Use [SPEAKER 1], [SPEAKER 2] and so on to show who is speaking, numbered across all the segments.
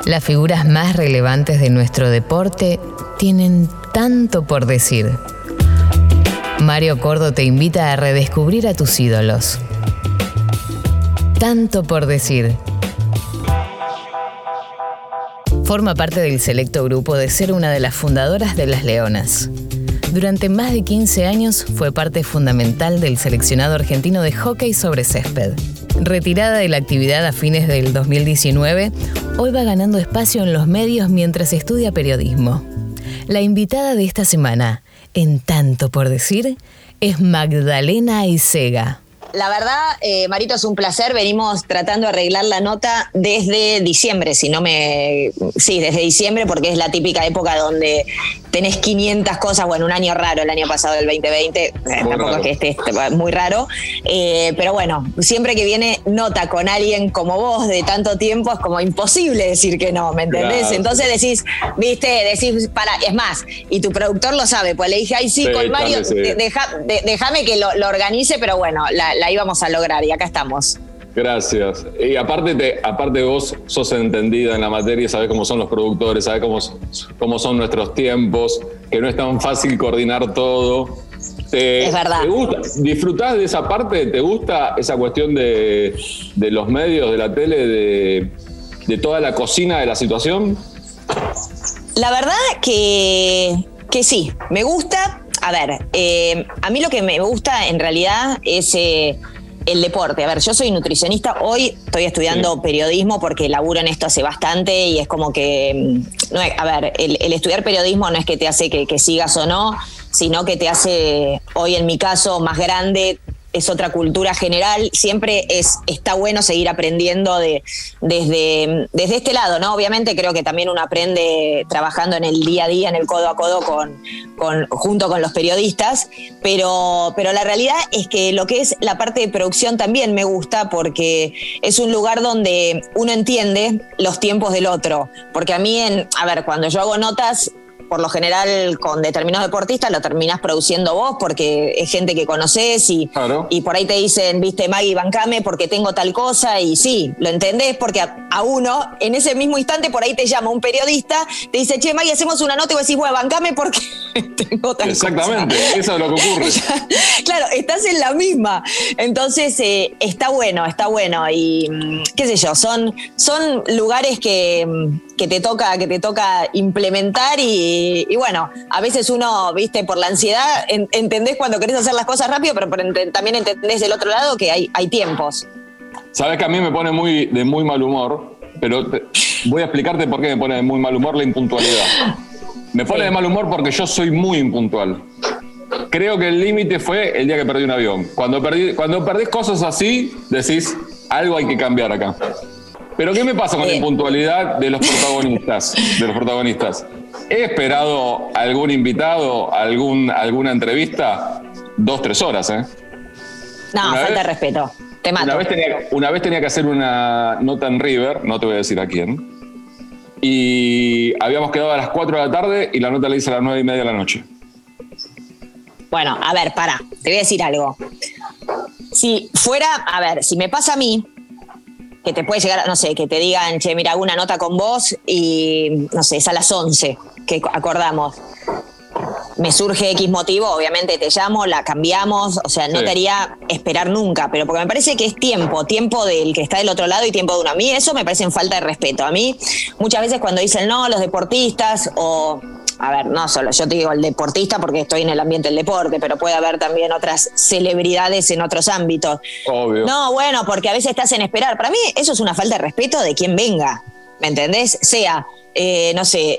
[SPEAKER 1] Las figuras más relevantes de nuestro deporte tienen tanto por decir. Mario Cordo te invita a redescubrir a tus ídolos. Tanto por decir. Forma parte del selecto grupo de ser una de las fundadoras de Las Leonas. Durante más de 15 años fue parte fundamental del seleccionado argentino de hóquei sobre césped. Retirada de la actividad a fines del 2019, hoy va ganando espacio en los medios mientras estudia periodismo. La invitada de esta semana, en Tanto por decir, es Magdalena Aizega.
[SPEAKER 2] La verdad, Marito, es un placer. Venimos tratando de arreglar la nota desde diciembre, Sí, desde diciembre, porque es la típica época donde tenés 500 cosas. Bueno, un año raro, el año pasado, el 2020, tampoco es que esté muy raro. Pero bueno, siempre que viene nota con alguien como vos de tanto tiempo, es como imposible decir que no, ¿me entendés? Claro. Entonces decís, es más, y tu productor lo sabe, pues le dije, ay, sí, con Mario, sí. Déjame que lo organice, pero bueno, la íbamos a lograr y acá estamos.
[SPEAKER 3] Gracias. Y aparte vos sos entendida en la materia, sabés cómo son los productores, sabés cómo son nuestros tiempos, que no es tan fácil coordinar todo.
[SPEAKER 2] Es verdad.
[SPEAKER 3] ¿Te gusta? ¿Disfrutás de esa parte? ¿Te gusta esa cuestión de los medios, de la tele, de toda la cocina de la situación?
[SPEAKER 2] La verdad que sí, me gusta. A ver, a mí lo que me gusta en realidad es el deporte. A ver, yo soy nutricionista, hoy estoy estudiando periodismo porque laburo en esto hace bastante y es como que, el estudiar periodismo no es que te hace que sigas o no, sino que te hace, hoy en mi caso, más grande. Es otra cultura general, siempre está bueno seguir aprendiendo desde este lado, ¿no? Obviamente creo que también uno aprende trabajando en el día a día, en el codo a codo junto con los periodistas, pero la realidad es que lo que es la parte de producción también me gusta porque es un lugar donde uno entiende los tiempos del otro, porque a mí, cuando yo hago notas, por lo general con determinados deportistas lo terminás produciendo vos porque es gente que conocés y por ahí te dicen, viste, Maggie, bancame porque tengo tal cosa, y sí, lo entendés porque a uno en ese mismo instante por ahí te llama un periodista, te dice, che, Maggie, hacemos una nota, y vos decís, bueno, bancame porque tengo tal cosa.
[SPEAKER 3] Exactamente, eso es lo que ocurre.
[SPEAKER 2] Claro, estás en la misma. Entonces está bueno y qué sé yo, son lugares que te toca implementar y bueno, a veces uno, viste, por la ansiedad entendés cuando querés hacer las cosas rápido, pero también entendés del otro lado que hay tiempos.
[SPEAKER 3] Sabés que a mí me pone de muy mal humor, pero voy a explicarte por qué me pone de muy mal humor la impuntualidad. Me pone de mal humor porque yo soy muy impuntual. Creo que el límite fue el día que perdí un avión. Cuando perdés cosas así, decís, algo hay que cambiar acá. Pero ¿qué me pasa con la impuntualidad de los protagonistas? He esperado a algún invitado, alguna entrevista, 2-3 horas, ¿eh?
[SPEAKER 2] No, falta de respeto. Te mato.
[SPEAKER 3] Una vez tenía que hacer una nota en River, no te voy a decir a quién, y habíamos quedado a las 4 de la tarde y la nota la hice a las 9:30 de la noche.
[SPEAKER 2] Bueno, a ver, pará, te voy a decir algo. Si me pasa a mí, que te puede llegar, no sé, que te digan, che, mira, hago una nota con vos y, no sé, es a las 11 que acordamos. Me surge X motivo, obviamente te llamo, la cambiamos, o sea, no te haría esperar nunca, pero porque me parece que es tiempo del que está del otro lado y tiempo de uno. A mí eso me parece en falta de respeto. A mí, muchas veces cuando dicen no, los deportistas o... A ver, no solo, yo te digo el deportista porque estoy en el ambiente del deporte, pero puede haber también otras celebridades en otros ámbitos. Obvio. No, bueno, porque a veces te hacen esperar. Para mí eso es una falta de respeto de quien venga, ¿me entendés? Sea, no sé,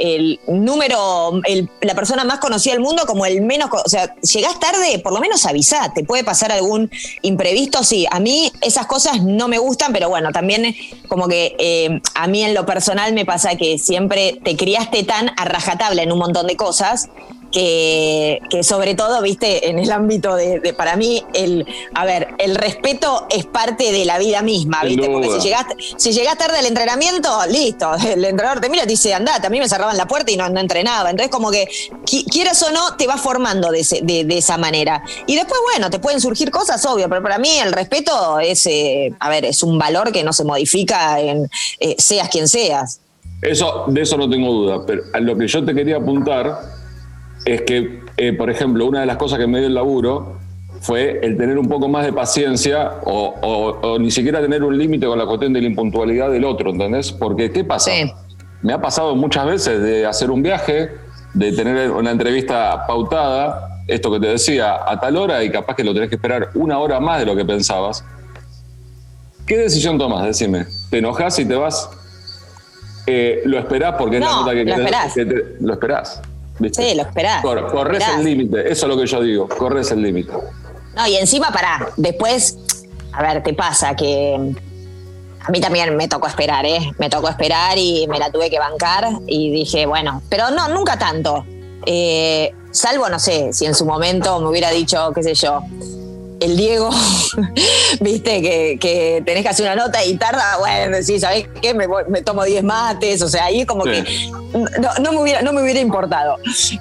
[SPEAKER 2] la persona más conocida del mundo como el menos... O sea, llegás tarde, por lo menos avisá, te puede pasar algún imprevisto, sí. A mí esas cosas no me gustan, pero bueno, también como que a mí en lo personal me pasa que siempre te criaste tan a rajatabla en un montón de cosas que sobre todo, viste, en el ámbito de para mí, el respeto es parte de la vida misma, viste, porque si llegás tarde al entrenamiento, listo, el entrenador te mira y te dice, andate, a mí me cerraban la puerta y no entrenaba, entonces como que quieras o no, te vas formando de esa manera, y después, bueno, te pueden surgir cosas, obvio, pero para mí el respeto es un valor que no se modifica seas quien seas.
[SPEAKER 3] De eso no tengo duda, pero a lo que yo te quería apuntar es que, por ejemplo, una de las cosas que me dio el laburo fue el tener un poco más de paciencia o ni siquiera tener un límite con la cuestión de la impuntualidad del otro, ¿entendés? Porque, ¿qué pasa?
[SPEAKER 2] Sí.
[SPEAKER 3] Me ha pasado muchas veces de hacer un viaje, de tener una entrevista pautada, esto que te decía, a tal hora, y capaz que lo tenés que esperar 1 hora más de lo que pensabas. ¿Qué decisión tomás? Decime. ¿Te enojás y te vas? ¿Lo esperás porque es la nota que querés? Lo esperás. ¿Viste?
[SPEAKER 2] Sí, lo esperás.
[SPEAKER 3] Corres el límite, eso es lo que yo digo, corres el límite.
[SPEAKER 2] No, y encima pará, después, a ver, te pasa que a mí también me tocó esperar, me tocó esperar y me la tuve que bancar y dije, bueno, pero no, nunca tanto. Salvo, no sé, si en su momento me hubiera dicho, qué sé yo, el Diego, viste, que tenés que hacer una nota y tarda, bueno, sí, ¿sabés qué? Me tomo 10 mates, o sea, ahí es como que no me hubiera importado.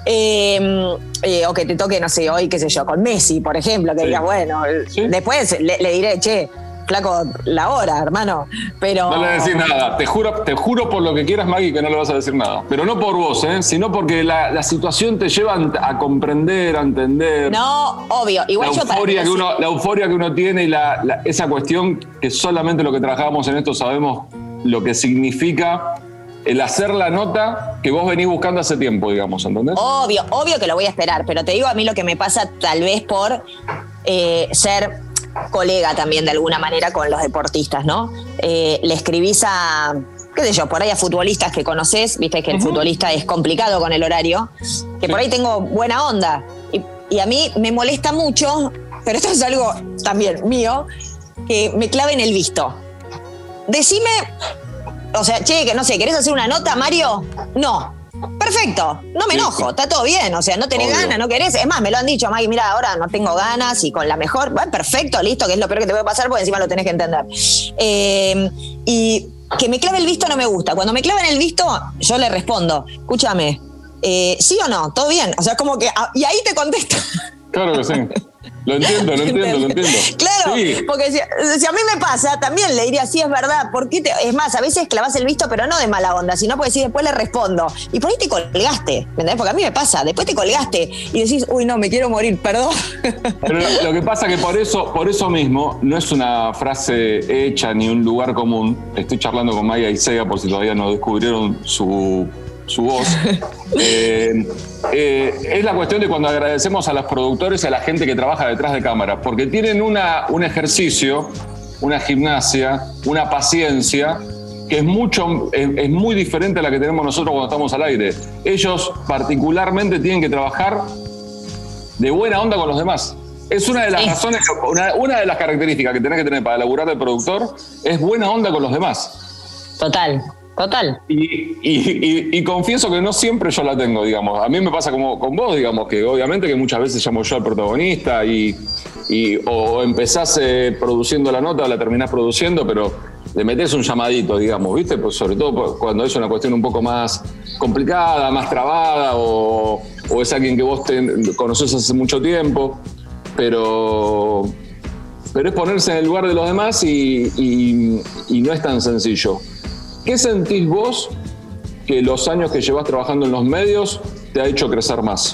[SPEAKER 2] O que te toque, no sé, hoy, qué sé yo, con Messi, por ejemplo, que digas, bueno, después le diré, che, flaco, la hora, hermano, pero...
[SPEAKER 3] No le decís nada, te juro por lo que quieras, Maggie, que no le vas a decir nada. Pero no por vos, sino porque la situación te lleva a comprender, a entender.
[SPEAKER 2] No, obvio. Igual
[SPEAKER 3] la euforia que uno tiene y esa cuestión que solamente los que trabajamos en esto sabemos lo que significa el hacer la nota que vos venís buscando hace tiempo, digamos, ¿entendés?
[SPEAKER 2] Obvio que lo voy a esperar, pero te digo a mí lo que me pasa tal vez por ser colega también de alguna manera con los deportistas, ¿no? Le escribís a, qué sé yo, por ahí a futbolistas que conocés, viste que el futbolista es complicado con el horario, que por ahí tengo buena onda. Y a mí me molesta mucho, pero esto es algo también mío, que me claven el visto. Decime, o sea, che, que no sé, ¿querés hacer una nota, Mario? No. Perfecto, no me enojo, está todo bien, o sea, no tenés ganas, no querés, es más, me lo han dicho, Maggie, mira, ahora no tengo ganas y con la mejor, bueno, perfecto, listo, que es lo peor que te puede pasar porque encima lo tenés que entender. Y que me clave el visto no me gusta, cuando me claven el visto yo le respondo, escúchame, ¿sí o no? ¿Todo bien? O sea, como que, y ahí te contesto.
[SPEAKER 3] Claro que sí. Lo entiendo.
[SPEAKER 2] Claro,
[SPEAKER 3] sí.
[SPEAKER 2] Porque si a mí me pasa, también le diría, sí, es verdad, es más, a veces clavas el visto, pero no de mala onda, sino porque si después le respondo. Y por ahí te colgaste, ¿entendés? Porque a mí me pasa, después te colgaste y decís, uy, no, me quiero morir, perdón.
[SPEAKER 3] Pero lo que pasa es que por eso mismo, no es una frase hecha ni un lugar común. Estoy charlando con Maya y Sega, por si todavía no descubrieron su voz. Es la cuestión de cuando agradecemos a los productores y a la gente que trabaja detrás de cámara, porque tienen un ejercicio, una gimnasia, una paciencia que es muy diferente a la que tenemos nosotros cuando estamos al aire. Ellos particularmente tienen que trabajar de buena onda con los demás. Es una de las razones, una de las características que tenés que tener para laburar de productor, es buena onda con los demás.
[SPEAKER 2] Total.
[SPEAKER 3] Y confieso que no siempre yo la tengo, digamos. A mí me pasa como con vos, digamos, que obviamente que muchas veces llamo yo al protagonista o empezás produciendo la nota o la terminás produciendo, pero le metés un llamadito, digamos, ¿viste? Pues sobre todo cuando es una cuestión un poco más complicada, más trabada, o es alguien que vos conocés hace mucho tiempo, pero es ponerse en el lugar de los demás y no es tan sencillo. ¿Qué sentís vos que los años que llevas trabajando en los medios te ha hecho crecer más?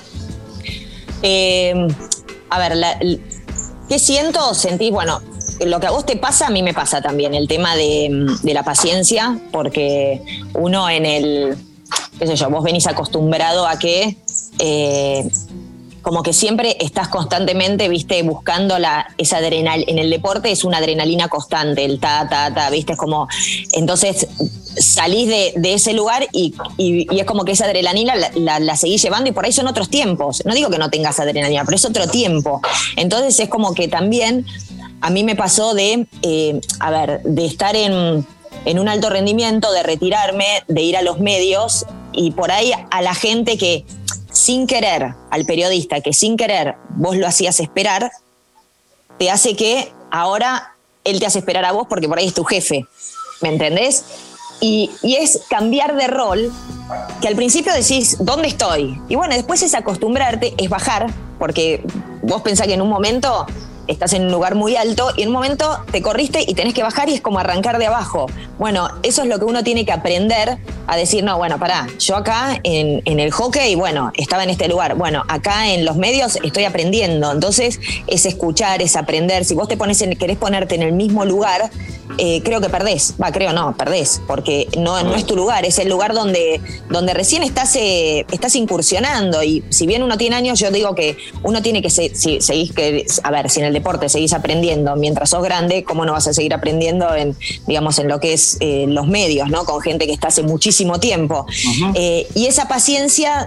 [SPEAKER 2] A ver, ¿qué siento? Sentís, bueno, lo que a vos te pasa, a mí me pasa también, el tema de la paciencia, porque uno qué sé yo, vos venís acostumbrado a que como que siempre estás constantemente, viste, buscando esa adrenalina. En el deporte es una adrenalina constante, el viste, es como, entonces salís de ese lugar y es como que esa adrenalina la seguís llevando y por ahí son otros tiempos. No digo que no tengas adrenalina, pero es otro tiempo. Entonces es como que también a mí me pasó de estar en un alto rendimiento, de retirarme, de ir a los medios y por ahí a la gente que sin querer, al periodista que sin querer vos lo hacías esperar, te hace que ahora él te hace esperar a vos porque por ahí es tu jefe, ¿me entendés? Y es cambiar de rol, que al principio decís, ¿dónde estoy? Y bueno, después es acostumbrarte, es bajar, porque vos pensás que en un momento estás en un lugar muy alto y en un momento te corriste y tenés que bajar y es como arrancar de abajo. Bueno, eso es lo que uno tiene que aprender a decir, no, bueno, pará, yo acá en el hockey, bueno, estaba en este lugar, bueno, acá en los medios estoy aprendiendo, entonces es escuchar, es aprender. Si vos querés ponerte en el mismo lugar, creo que perdés, perdés, porque no es tu lugar, es el lugar donde recién estás incursionando, y si bien uno tiene años, yo digo que uno tiene que seguir, a ver, si en el deporte seguís aprendiendo mientras sos grande, ¿cómo no vas a seguir aprendiendo en lo que es los medios, ¿no? Con gente que está hace muchísimo tiempo. Uh-huh. Y esa paciencia,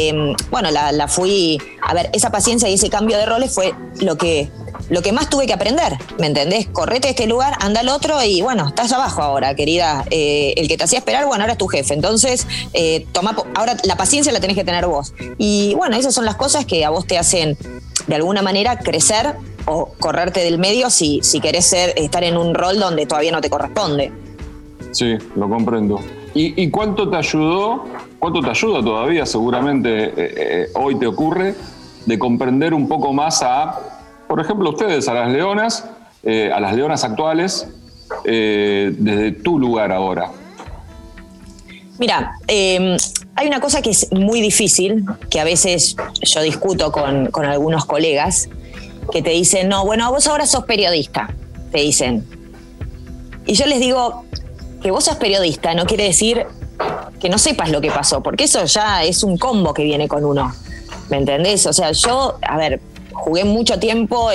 [SPEAKER 2] la fui, a ver, esa paciencia y ese cambio de roles fue lo que más tuve que aprender, ¿me entendés? Correte de este lugar, anda al otro y bueno, estás abajo ahora, querida. El que te hacía esperar, bueno, ahora es tu jefe. Entonces, ahora la paciencia la tenés que tener vos. Y bueno, esas son las cosas que a vos te hacen, de alguna manera, crecer o correrte del medio si querés estar en un rol donde todavía no te corresponde.
[SPEAKER 3] Sí, lo comprendo. ¿Y cuánto te ayudó, cuánto te ayuda todavía, seguramente hoy te ocurre, de comprender un poco más por ejemplo, ustedes, a las leonas actuales, desde tu lugar ahora?
[SPEAKER 2] Mira, hay una cosa que es muy difícil, que a veces yo discuto con algunos colegas, que te dicen, no, bueno, vos ahora sos periodista, te dicen. Y yo les digo, que vos sos periodista no quiere decir que no sepas lo que pasó, porque eso ya es un combo que viene con uno, ¿me entendés? O sea, yo, a ver, jugué mucho tiempo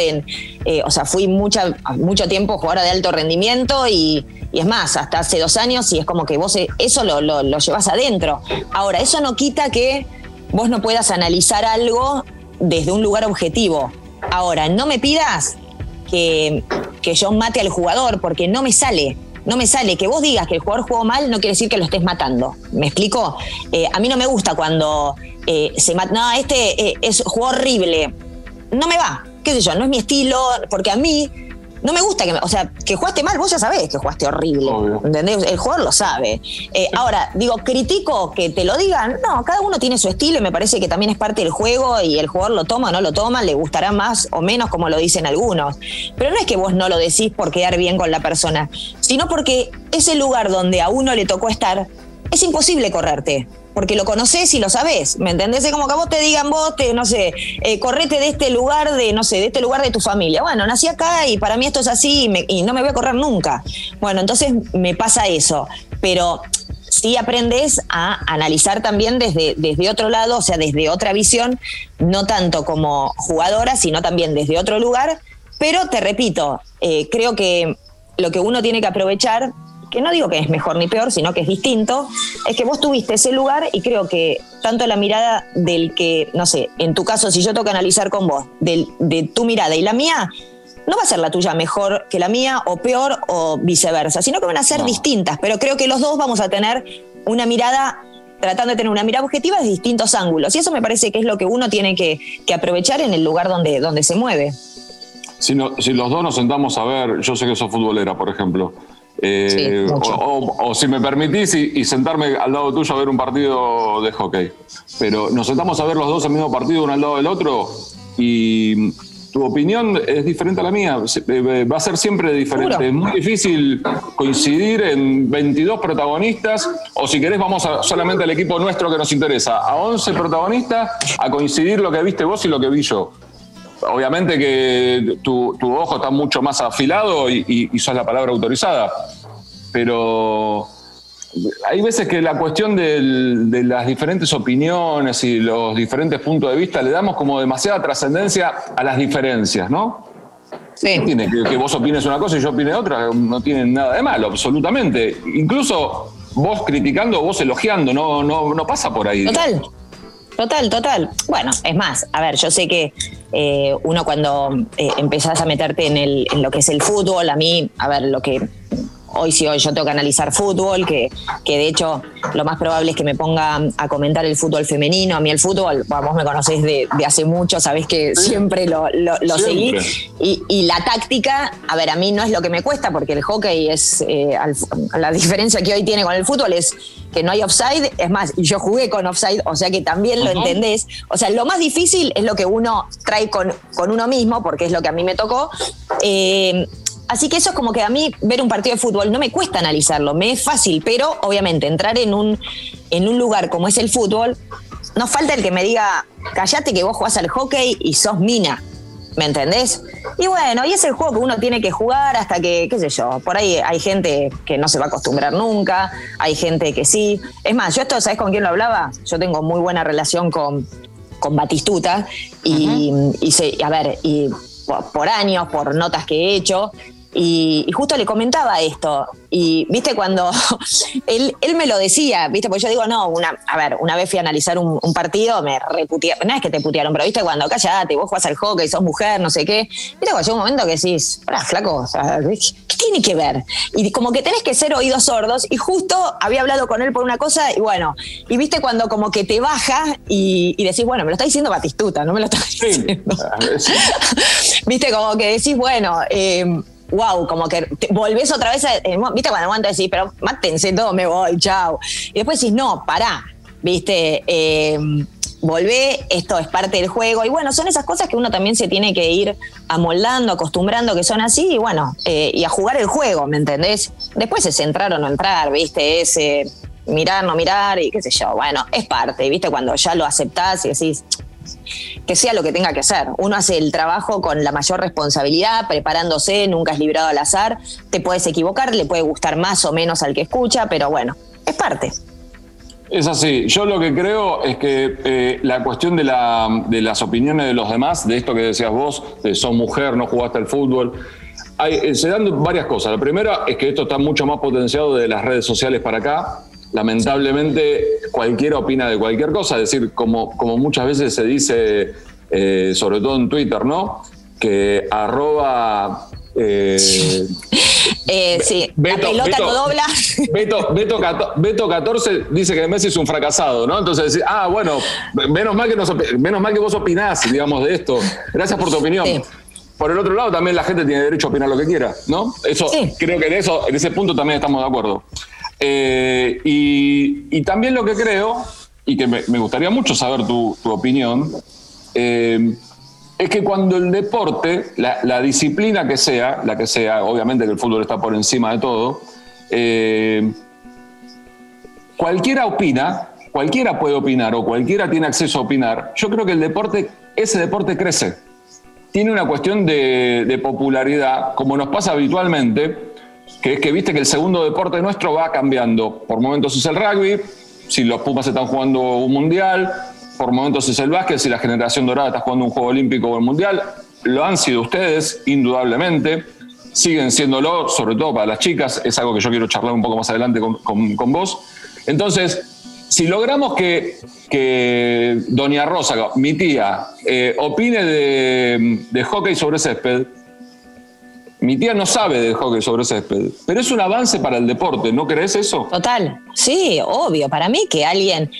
[SPEAKER 2] fui mucho tiempo jugadora de alto rendimiento y es más, hasta hace 2 años, y es como que vos eso lo llevas adentro. Ahora, eso no quita que vos no puedas analizar algo desde un lugar objetivo. Ahora, no me pidas que yo mate al jugador, porque no me sale. Que vos digas que el jugador jugó mal no quiere decir que lo estés matando. ¿Me explico? A mí no me gusta cuando se mata. No, jugó horrible. No me va, qué sé yo, no es mi estilo, porque a mí no me gusta que jugaste mal, vos ya sabés que jugaste horrible. Obvio. ¿Entendés? El jugador lo sabe. Ahora, critico que te lo digan. No, cada uno tiene su estilo y me parece que también es parte del juego, y el jugador lo toma o no lo toma, le gustará más o menos, como lo dicen algunos. Pero no es que vos no lo decís por quedar bien con la persona, sino porque ese lugar donde a uno le tocó estar, es imposible correrte. Porque lo conocés y lo sabés, ¿me entendés? Es como que a vos te digan, correte de este lugar, de este lugar de tu familia. Bueno, nací acá y para mí esto es así y no me voy a correr nunca. Bueno, entonces me pasa eso. Pero sí aprendes a analizar también desde otro lado, o sea, desde otra visión, no tanto como jugadora, sino también desde otro lugar. Pero te repito, creo que lo que uno tiene que aprovechar, que no digo que es mejor ni peor, sino que es distinto, es que vos tuviste ese lugar, y creo que tanto la mirada del que, no sé, en tu caso, si yo tengo que analizar con vos, de tu mirada y la mía, no va a ser la tuya mejor que la mía, o peor, o viceversa, sino que van a ser distintas, pero creo que los dos vamos a tener una mirada, tratando de tener una mirada objetiva de distintos ángulos, y eso me parece que es lo que uno tiene que aprovechar en el lugar donde se mueve.
[SPEAKER 3] Si los dos nos sentamos a ver, yo sé que sos futbolera, por ejemplo, o si me permitís y sentarme al lado tuyo a ver un partido de hockey, pero nos sentamos a ver los dos el mismo partido uno al lado del otro, y tu opinión es diferente a la mía, va a ser siempre diferente. ¿Seguro? Es muy difícil coincidir en 22 protagonistas, o si querés vamos solamente al equipo nuestro que nos interesa, a 11 protagonistas, a coincidir lo que viste vos y lo que vi yo. Obviamente que tu ojo está mucho más afilado y sos la palabra autorizada, pero hay veces que la cuestión de las diferentes opiniones y los diferentes puntos de vista le damos como demasiada trascendencia a las diferencias, ¿no? Sí. Tiene que vos opines una cosa y yo opine otra, no tiene nada de malo, absolutamente. Incluso vos criticando o vos elogiando, no pasa por ahí.
[SPEAKER 2] Total. Bueno, es más, a ver, yo sé que uno cuando empezás a meterte en lo que es el fútbol, a mí, a ver, hoy yo tengo que analizar fútbol, que de hecho lo más probable es que me ponga a comentar el fútbol femenino. A mí el fútbol, vos me conocés de hace mucho, sabés que siempre lo seguí. Y la táctica, a ver, a mí no es lo que me cuesta, porque el hockey es, la diferencia que hoy tiene con el fútbol es que no hay offside. Es más, yo jugué con offside, o sea que también lo entendés. O sea, lo más difícil es lo que uno trae con uno mismo, porque es lo que a mí me tocó. Así que eso es como que a mí ver un partido de fútbol no me cuesta analizarlo, me es fácil, pero obviamente entrar en un lugar como es el fútbol, no falta el que me diga, callate que vos jugás al hockey y sos mina, ¿me entendés? Y bueno, y es el juego que uno tiene que jugar hasta que, qué sé yo, por ahí hay gente que no se va a acostumbrar nunca, hay gente que sí. Es más, yo esto, ¿sabés con quién lo hablaba? Yo tengo muy buena relación con Batistuta y por años, por notas que he hecho, y justo le comentaba esto, y viste cuando él me lo decía, viste, porque yo digo, no, una vez fui a analizar un partido, me reputearon, no es que te putearon, pero viste cuando callate, vos jugás al hockey, sos mujer, no sé qué, viste cuando llega un momento que decís, pará, flaco, o sea, ¿qué tiene que ver? Y como que tenés que ser oídos sordos, y justo había hablado con él por una cosa, y bueno, y viste cuando como que te baja y decís, bueno, me lo está diciendo Batistuta, no me lo está diciendo. Sí. Viste, como que decís, bueno, wow, como que volvés otra vez viste cuando aguantas decís, pero mátense todo, me voy, chao. Y después decís, no, pará, viste, volvé, esto es parte del juego. Y bueno, son esas cosas que uno también se tiene que ir amoldando, acostumbrando, que son así, y bueno, y a jugar el juego, ¿me entendés? Después es entrar o no entrar, viste, es mirar, no mirar, y qué sé yo, bueno, es parte, viste, cuando ya lo aceptás y decís, que sea lo que tenga que hacer. Uno hace el trabajo con la mayor responsabilidad, preparándose, nunca es librado al azar, te puedes equivocar, le puede gustar más o menos al que escucha, pero bueno, es parte.
[SPEAKER 3] Es así. Yo lo que creo es que la cuestión de las opiniones de los demás, de esto que decías vos, de sos mujer, no jugaste al fútbol, se dan varias cosas. La primera es que esto está mucho más potenciado de las redes sociales para acá. Lamentablemente cualquiera opina de cualquier cosa, es decir, como muchas veces se dice, sobre todo en Twitter, ¿no? Que arroba...
[SPEAKER 2] sí, Beto, la pelota no dobla.
[SPEAKER 3] Beto 14 dice que Messi es un fracasado, ¿no? Entonces decir, bueno, menos mal que vos opinás, digamos, de esto. Gracias por tu opinión. Sí. Por el otro lado, también la gente tiene derecho a opinar lo que quiera, ¿no? Eso, sí. Creo que en ese punto también estamos de acuerdo. Y también lo que creo, y que me gustaría mucho saber tu opinión, es que cuando el deporte, la disciplina que sea, la que sea, obviamente que el fútbol está por encima de todo, cualquiera opina, cualquiera puede opinar o cualquiera tiene acceso a opinar. Yo creo que ese deporte crece. Tiene una cuestión de popularidad, como nos pasa habitualmente, que es que viste que el segundo deporte nuestro va cambiando. Por momentos es el rugby, si los Pumas están jugando un mundial, por momentos es el básquet, si la generación dorada está jugando un juego olímpico o el mundial. Lo han sido ustedes, indudablemente, siguen siéndolo, sobre todo para las chicas, es algo que yo quiero charlar un poco más adelante con vos. Entonces, si logramos que doña Rosa, mi tía, opine de hockey sobre césped, mi tía no sabe de hockey sobre césped, pero es un avance para el deporte, ¿no crees eso?
[SPEAKER 2] Total, sí, obvio. Para mí que alguien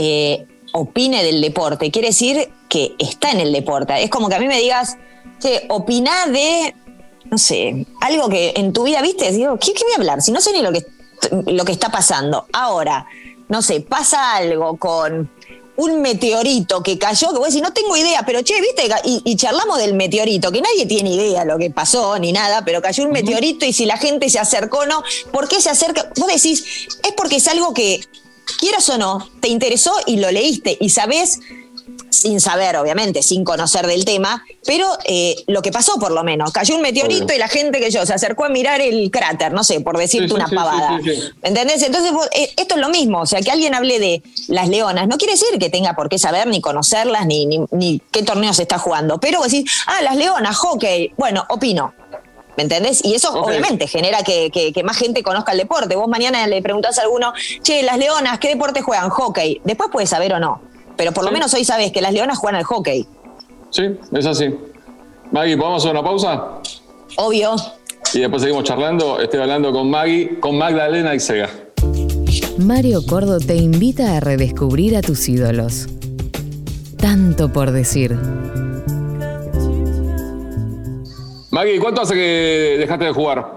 [SPEAKER 2] opine del deporte quiere decir que está en el deporte. Es como que a mí me digas, che, opina de, no sé, algo que en tu vida viste, digo, ¿qué voy a hablar? Si no sé ni lo que está pasando. Ahora, no sé, pasa algo con un meteorito que cayó, que vos decís, no tengo idea, pero che, viste, y charlamos del meteorito, que nadie tiene idea lo que pasó ni nada, pero cayó un meteorito y si la gente se acercó, no, ¿por qué se acerca? Vos decís, es porque es algo que, quieras o no, te interesó y lo leíste y sabés, sin saber, obviamente, sin conocer del tema, pero lo que pasó por lo menos, cayó un meteorito. Obvio. Y la gente que se acercó a mirar el cráter, no sé, por decirte una pavada. Sí. ¿Entendés? Entonces esto es lo mismo, o sea, que alguien hable de las Leonas, no quiere decir que tenga por qué saber ni conocerlas, ni qué torneo se está jugando, pero vos decís, las Leonas, hockey, bueno, opino. ¿Me entendés? Y eso obviamente genera que más gente conozca el deporte. Vos mañana le preguntás a alguno, che, las Leonas, ¿qué deporte juegan? Hockey. Después puedes saber o no. Pero por lo menos hoy sabés que las Leonas juegan al hockey.
[SPEAKER 3] Sí, es así. Maggie, ¿podemos hacer una pausa?
[SPEAKER 2] Obvio.
[SPEAKER 3] Y después seguimos charlando. Estoy hablando con Maggie, con Magdalena Isega.
[SPEAKER 1] Mario Cordo te invita a redescubrir a tus ídolos. Tanto por decir.
[SPEAKER 3] Maggie, ¿cuánto hace que dejaste de jugar?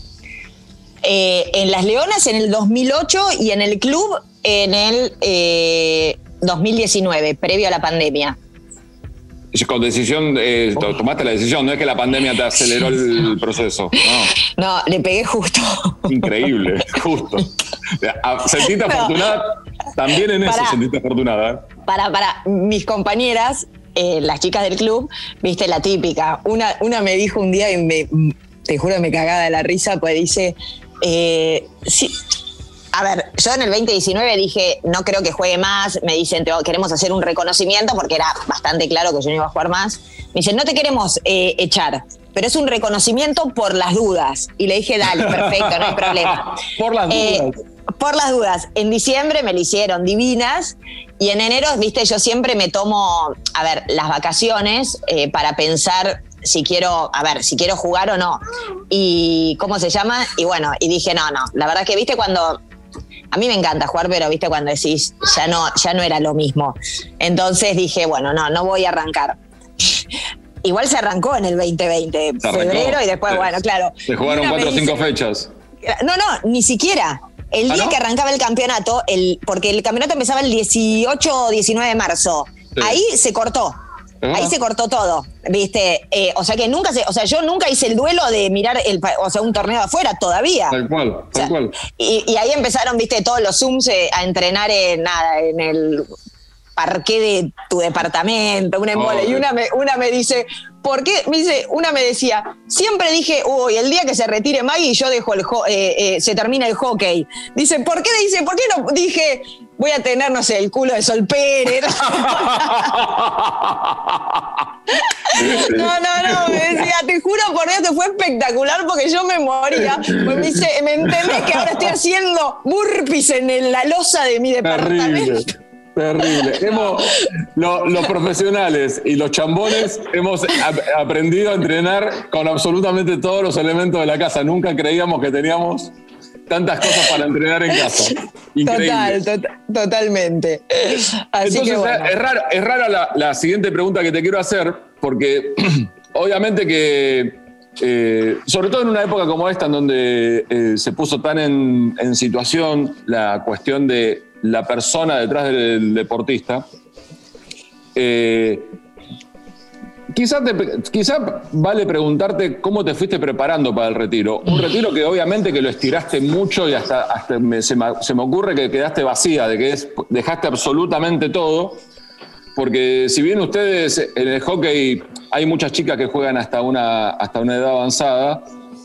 [SPEAKER 2] En las Leonas en el 2008 y en el club en el 2019, previo a la pandemia.
[SPEAKER 3] con decisión, tomaste la decisión, no es que la pandemia te aceleró el proceso.
[SPEAKER 2] No, le pegué justo.
[SPEAKER 3] Increíble, justo. Sentiste afortunada, también en eso sentiste afortunada.
[SPEAKER 2] Para mis compañeras, las chicas del club, viste la típica. Una me dijo un día y te juro que me cagaba de la risa, pues dice, sí. A ver, yo en el 2019 dije, no creo que juegue más. Me dicen, queremos hacer un reconocimiento porque era bastante claro que yo no iba a jugar más. Me dicen, no te queremos echar, pero es un reconocimiento por las dudas. Y le dije, dale, perfecto, no hay problema.
[SPEAKER 3] Por las dudas.
[SPEAKER 2] Por las dudas. En diciembre me lo hicieron divinas y en enero, viste, yo siempre me tomo, a ver, las vacaciones para pensar si quiero jugar o no. Y, ¿cómo se llama? Y bueno, y dije, no, la verdad es que, viste, cuando... A mí me encanta jugar, pero viste cuando decís, ya no era lo mismo. Entonces dije, bueno, no voy a arrancar. Igual se arrancó en el 2020, febrero, y después, bueno, claro.
[SPEAKER 3] Se jugaron 4 o 5 fechas.
[SPEAKER 2] No, ni siquiera. El día que arrancaba el campeonato, porque el campeonato empezaba el 18 o 19 de marzo. Sí. Ahí se cortó. Ahí se cortó todo, ¿viste? O sea que yo nunca hice el duelo de mirar un torneo de afuera todavía.
[SPEAKER 3] Tal cual.
[SPEAKER 2] Y ahí empezaron, ¿viste? Todos los Zooms a entrenar en el parqué de tu departamento, un embole. Y una me dice, ¿por qué? Una me decía, siempre dije, uy, el día que se retire Maggie, yo dejo se termina el hockey. Dice, ¿por qué no? Dije, voy a tener, no sé, el culo de Sol Pérez. No, me decía, te juro por Dios que fue espectacular porque yo me moría. Pues me dice, ¿me entendés que ahora estoy haciendo burpees en la losa de mi departamento?
[SPEAKER 3] Terrible. Los profesionales y los chambones hemos aprendido a entrenar con absolutamente todos los elementos de la casa. Nunca creíamos que teníamos tantas cosas para entrenar en casa. Increíble.
[SPEAKER 2] Totalmente. Así
[SPEAKER 3] entonces,
[SPEAKER 2] que bueno.
[SPEAKER 3] Es rara la siguiente pregunta que te quiero hacer, porque obviamente que, sobre todo en una época como esta, en donde se puso tan en situación la cuestión de la persona detrás del deportista, quizás vale preguntarte cómo te fuiste preparando para el retiro. Un retiro que obviamente que lo estiraste mucho y hasta se me ocurre que quedaste vacía, de que dejaste absolutamente todo, porque si bien ustedes en el hockey hay muchas chicas que juegan hasta una edad avanzada,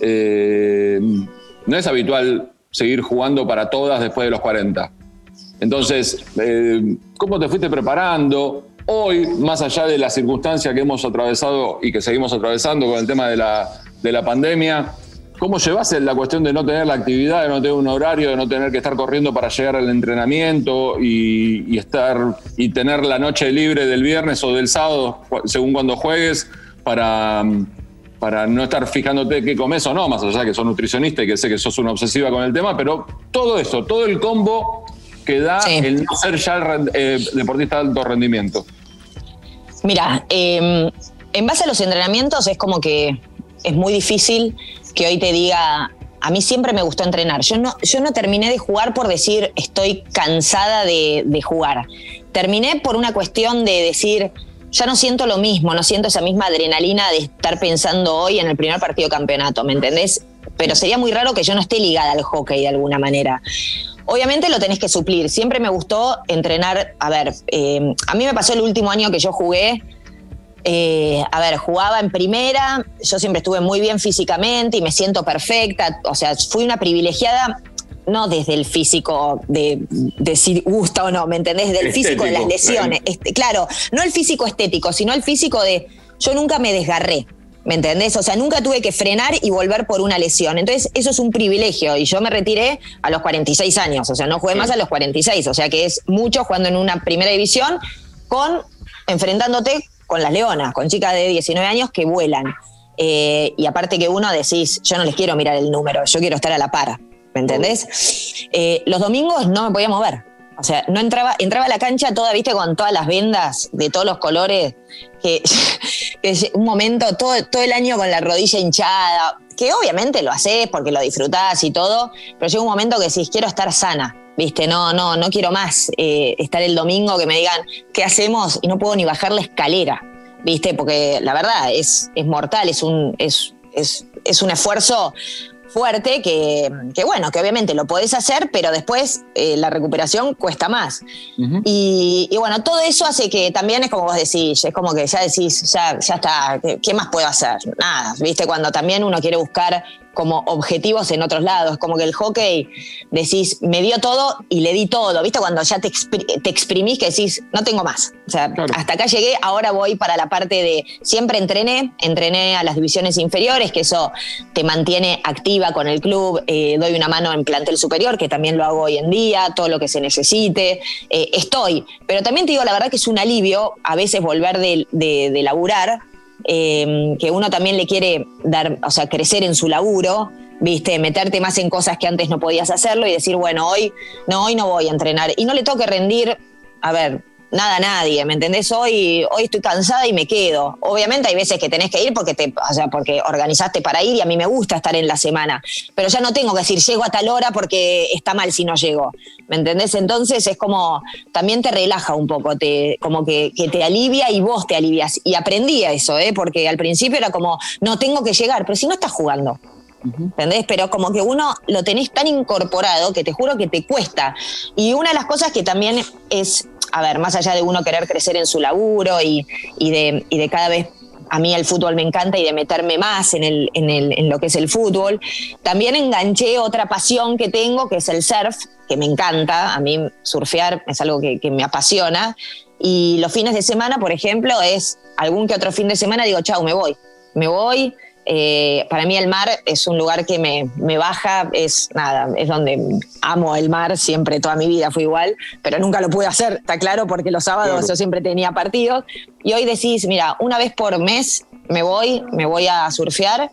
[SPEAKER 3] no es habitual seguir jugando para todas después de los 40. Entonces, ¿cómo te fuiste preparando? Hoy, más allá de la circunstancia que hemos atravesado y que seguimos atravesando con el tema de la pandemia, ¿cómo llevas la cuestión de no tener la actividad, de no tener un horario, de no tener que estar corriendo para llegar al entrenamiento y tener la noche libre del viernes o del sábado, según cuando juegues, para no estar fijándote qué comes o no, más allá que sos nutricionista y que sé que sos una obsesiva con el tema, pero todo eso, todo el combo que da el no ser ya deportista de alto rendimiento?
[SPEAKER 2] Mira, en base a los entrenamientos es como que es muy difícil que hoy te diga, a mí siempre me gustó entrenar. Yo no terminé de jugar por decir estoy cansada de jugar. Terminé por una cuestión de decir, ya no siento lo mismo, no siento esa misma adrenalina de estar pensando hoy en el primer partido de campeonato, ¿me entendés? Pero sería muy raro que yo no esté ligada al hockey de alguna manera. Obviamente lo tenés que suplir. Siempre me gustó entrenar. A ver, a mí me pasó el último año que yo jugué. Jugaba en primera. Yo siempre estuve muy bien físicamente y me siento perfecta. O sea, fui una privilegiada, no desde el físico de si gusta o no, ¿me entendés? Desde el físico de las lesiones. Claro, no el físico estético, sino el físico de yo nunca me desgarré. ¿Me entendés? O sea, nunca tuve que frenar y volver por una lesión. Entonces, eso es un privilegio. Y yo me retiré a los 46 años. O sea, no jugué más a los 46. O sea, que es mucho jugando en una primera división enfrentándote con las leonas, con chicas de 19 años que vuelan. Y aparte que uno decís, yo no les quiero mirar el número, yo quiero estar a la par. ¿Me entendés? Los domingos no me podía mover. O sea, no entraba a la cancha toda, viste, con todas las vendas de todos los colores, que un momento, todo el año con la rodilla hinchada, que obviamente lo haces porque lo disfrutás y todo, pero llega un momento que decís, quiero estar sana, viste, no quiero más estar el domingo que me digan, ¿qué hacemos? Y no puedo ni bajar la escalera. ¿viste? Porque la verdad es mortal, es un esfuerzo fuerte que bueno, que obviamente lo podés hacer, pero después la recuperación cuesta más. Uh-huh. Y bueno, todo eso hace que también es como vos decís, es como que ya decís, ya está, ¿qué más puedo hacer? Nada, ¿viste? Cuando también uno quiere buscar como objetivos en otros lados, como que el hockey decís, me dio todo y le di todo, ¿viste? Cuando ya te exprimís que decís, no tengo más, o sea, claro, hasta acá llegué, ahora voy para la parte de, siempre entrené a las divisiones inferiores, que eso te mantiene activa con el club, doy una mano en plantel superior, que también lo hago hoy en día, todo lo que se necesite, pero también te digo la verdad que es un alivio a veces volver de laburar, que uno también le quiere dar, o sea, crecer en su laburo, ¿viste? Meterte más en cosas que antes no podías hacerlo y decir, bueno, hoy no voy a entrenar. Y no le tengo que rendir, a ver, nada a nadie, ¿me entendés? Hoy estoy cansada y me quedo. Obviamente hay veces que tenés que ir porque organizaste para ir y a mí me gusta estar en la semana. Pero ya no tengo que decir, llego a tal hora porque está mal si no llego. ¿Me entendés? Entonces es como, también te relaja un poco, como que te alivia y vos te alivias. Y aprendí a eso, porque al principio era como, no, tengo que llegar, pero si no estás jugando. ¿Entendés? Pero como que uno lo tenés tan incorporado que te juro que te cuesta. Y una de las cosas que también es, a ver, más allá de uno querer crecer en su laburo y de cada vez, a mí el fútbol me encanta y de meterme más en lo que es el fútbol, también enganché otra pasión que tengo, que es el surf, que me encanta. A mí surfear es algo que me apasiona. Y los fines de semana, por ejemplo, es algún que otro fin de semana, digo, chau, me voy. Para mí el mar es un lugar que me baja, es donde amo el mar, siempre, toda mi vida fue igual, pero nunca lo pude hacer, está claro, porque los sábados claro, yo siempre tenía partidos, y hoy decís, mira, una vez por mes me voy a surfear,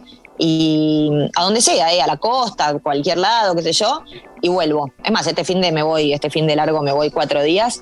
[SPEAKER 2] y a donde sea, a la costa, a cualquier lado, qué sé yo, y vuelvo. Es más, este fin de largo me voy 4 días,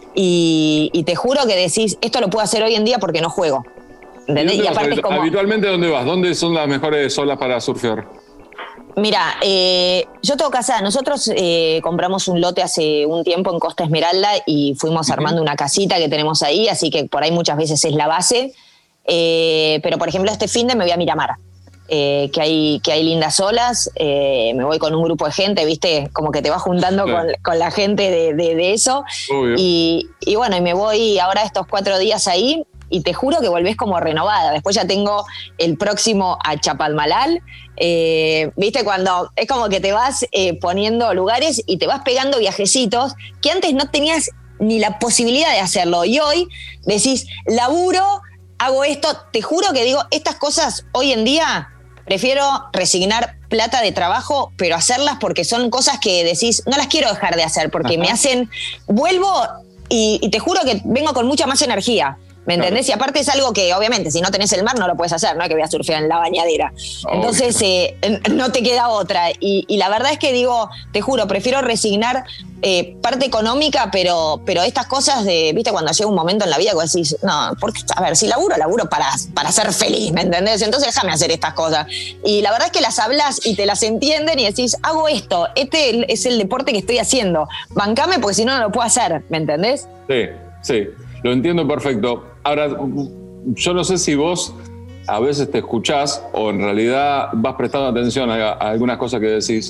[SPEAKER 2] y te juro que decís, esto lo puedo hacer hoy en día porque no juego.
[SPEAKER 3] Y aparte como... ¿Habitualmente dónde vas? ¿Dónde son las mejores olas para surfear?
[SPEAKER 2] Mira, yo tengo casa, nosotros compramos un lote hace un tiempo en Costa Esmeralda y fuimos armando una casita que tenemos ahí, así que por ahí muchas veces es la base, pero por ejemplo este fin de me voy a Miramar, que hay lindas olas, me voy con un grupo de gente, ¿viste? Como que te vas juntando con la gente de eso, y bueno, y me voy ahora estos 4 días ahí, y te juro que volvés como renovada. Después ya tengo el próximo a Chapalmalal, ¿viste? Cuando es como que te vas poniendo lugares y te vas pegando viajecitos que antes no tenías ni la posibilidad de hacerlo. Y hoy decís, laburo, hago esto. Te juro que digo, estas cosas hoy en día prefiero resignar plata de trabajo, pero hacerlas porque son cosas que decís, no las quiero dejar de hacer porque me hacen, vuelvo y te juro que vengo con mucha más energía. ¿Me entendés? Claro. Y aparte es algo que, obviamente, si no tenés el mar no lo puedes hacer, no es que voy a surfear en la bañadera. Entonces, no te queda otra. Y la verdad es que digo, te juro, prefiero resignar parte económica, pero estas cosas de, viste, cuando llega un momento en la vida que vos decís, no, porque, a ver, si laburo para ser feliz, ¿me entendés? Entonces déjame hacer estas cosas. Y la verdad es que las hablas y te las entienden y decís, hago esto, este es el deporte que estoy haciendo. Bancame porque si no, no lo puedo hacer, ¿me entendés?
[SPEAKER 3] Sí. Lo entiendo perfecto. Ahora, yo no sé si vos a veces te escuchás o en realidad vas prestando atención a algunas cosas que decís.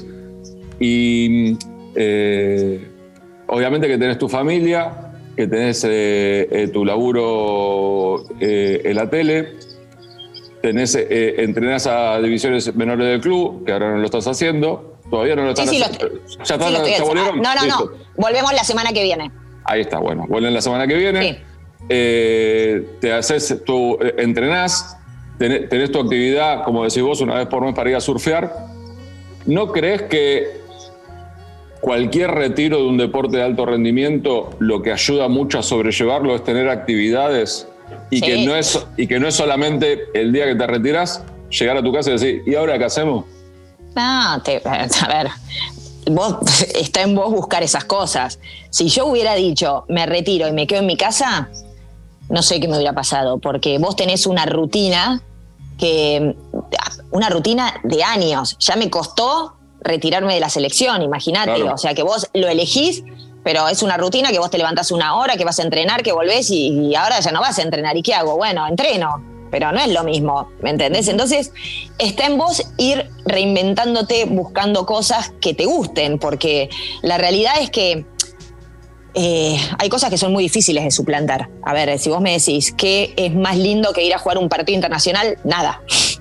[SPEAKER 3] Y obviamente que tenés tu familia, que tenés tu laburo en la tele, entrenás a divisiones menores del club, que ahora no lo estás haciendo. Todavía no lo estás haciendo. ¿Ya volvieron?
[SPEAKER 2] No. Volvemos la semana que viene.
[SPEAKER 3] Ahí está, bueno, vuelven la semana que viene. Sí. Te haces entrenás, tenés tu actividad, como decís vos, una vez por mes para ir a surfear. ¿No crees que cualquier retiro de un deporte de alto rendimiento lo que ayuda mucho a sobrellevarlo es tener actividades y que no es solamente el día que te retirás, llegar a tu casa y decir, ¿y ahora qué hacemos?
[SPEAKER 2] No, a ver, está en vos buscar esas cosas. Si yo hubiera dicho, me retiro y me quedo en mi casa, no sé qué me hubiera pasado, porque vos tenés una rutina de años. Ya me costó retirarme de la selección, imagínate. Claro. O sea, que vos lo elegís pero es una rutina que vos te levantás una hora, que vas a entrenar, que volvés y ahora ya no vas a entrenar. ¿Y qué hago? Bueno, entreno, pero no es lo mismo, ¿me entendés? Entonces, está en vos ir reinventándote, buscando cosas que te gusten, porque la realidad es que hay cosas que son muy difíciles de suplantar. A ver, si vos me decís, ¿qué es más lindo que ir a jugar un partido internacional? Nada,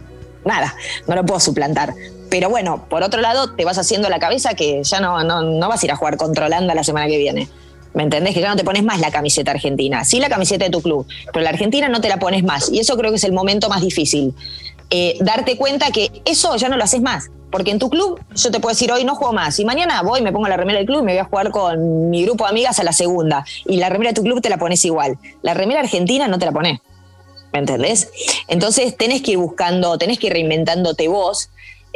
[SPEAKER 2] no lo puedo suplantar. Pero bueno, por otro lado, te vas haciendo la cabeza que ya no vas a ir a jugar contra Holanda la semana que viene. ¿Me entendés? Que ya no te pones más la camiseta argentina. Sí, la camiseta de tu club, pero la argentina no te la pones más. Y eso creo que es el momento más difícil. Darte cuenta que eso ya no lo haces más. Porque en tu club, yo te puedo decir, hoy no juego más. Y mañana voy, me pongo la remera del club y me voy a jugar con mi grupo de amigas a la segunda. Y la remera de tu club te la pones igual. La remera argentina no te la pones. ¿Me entendés? Entonces tenés que ir buscando, tenés que ir reinventándote vos.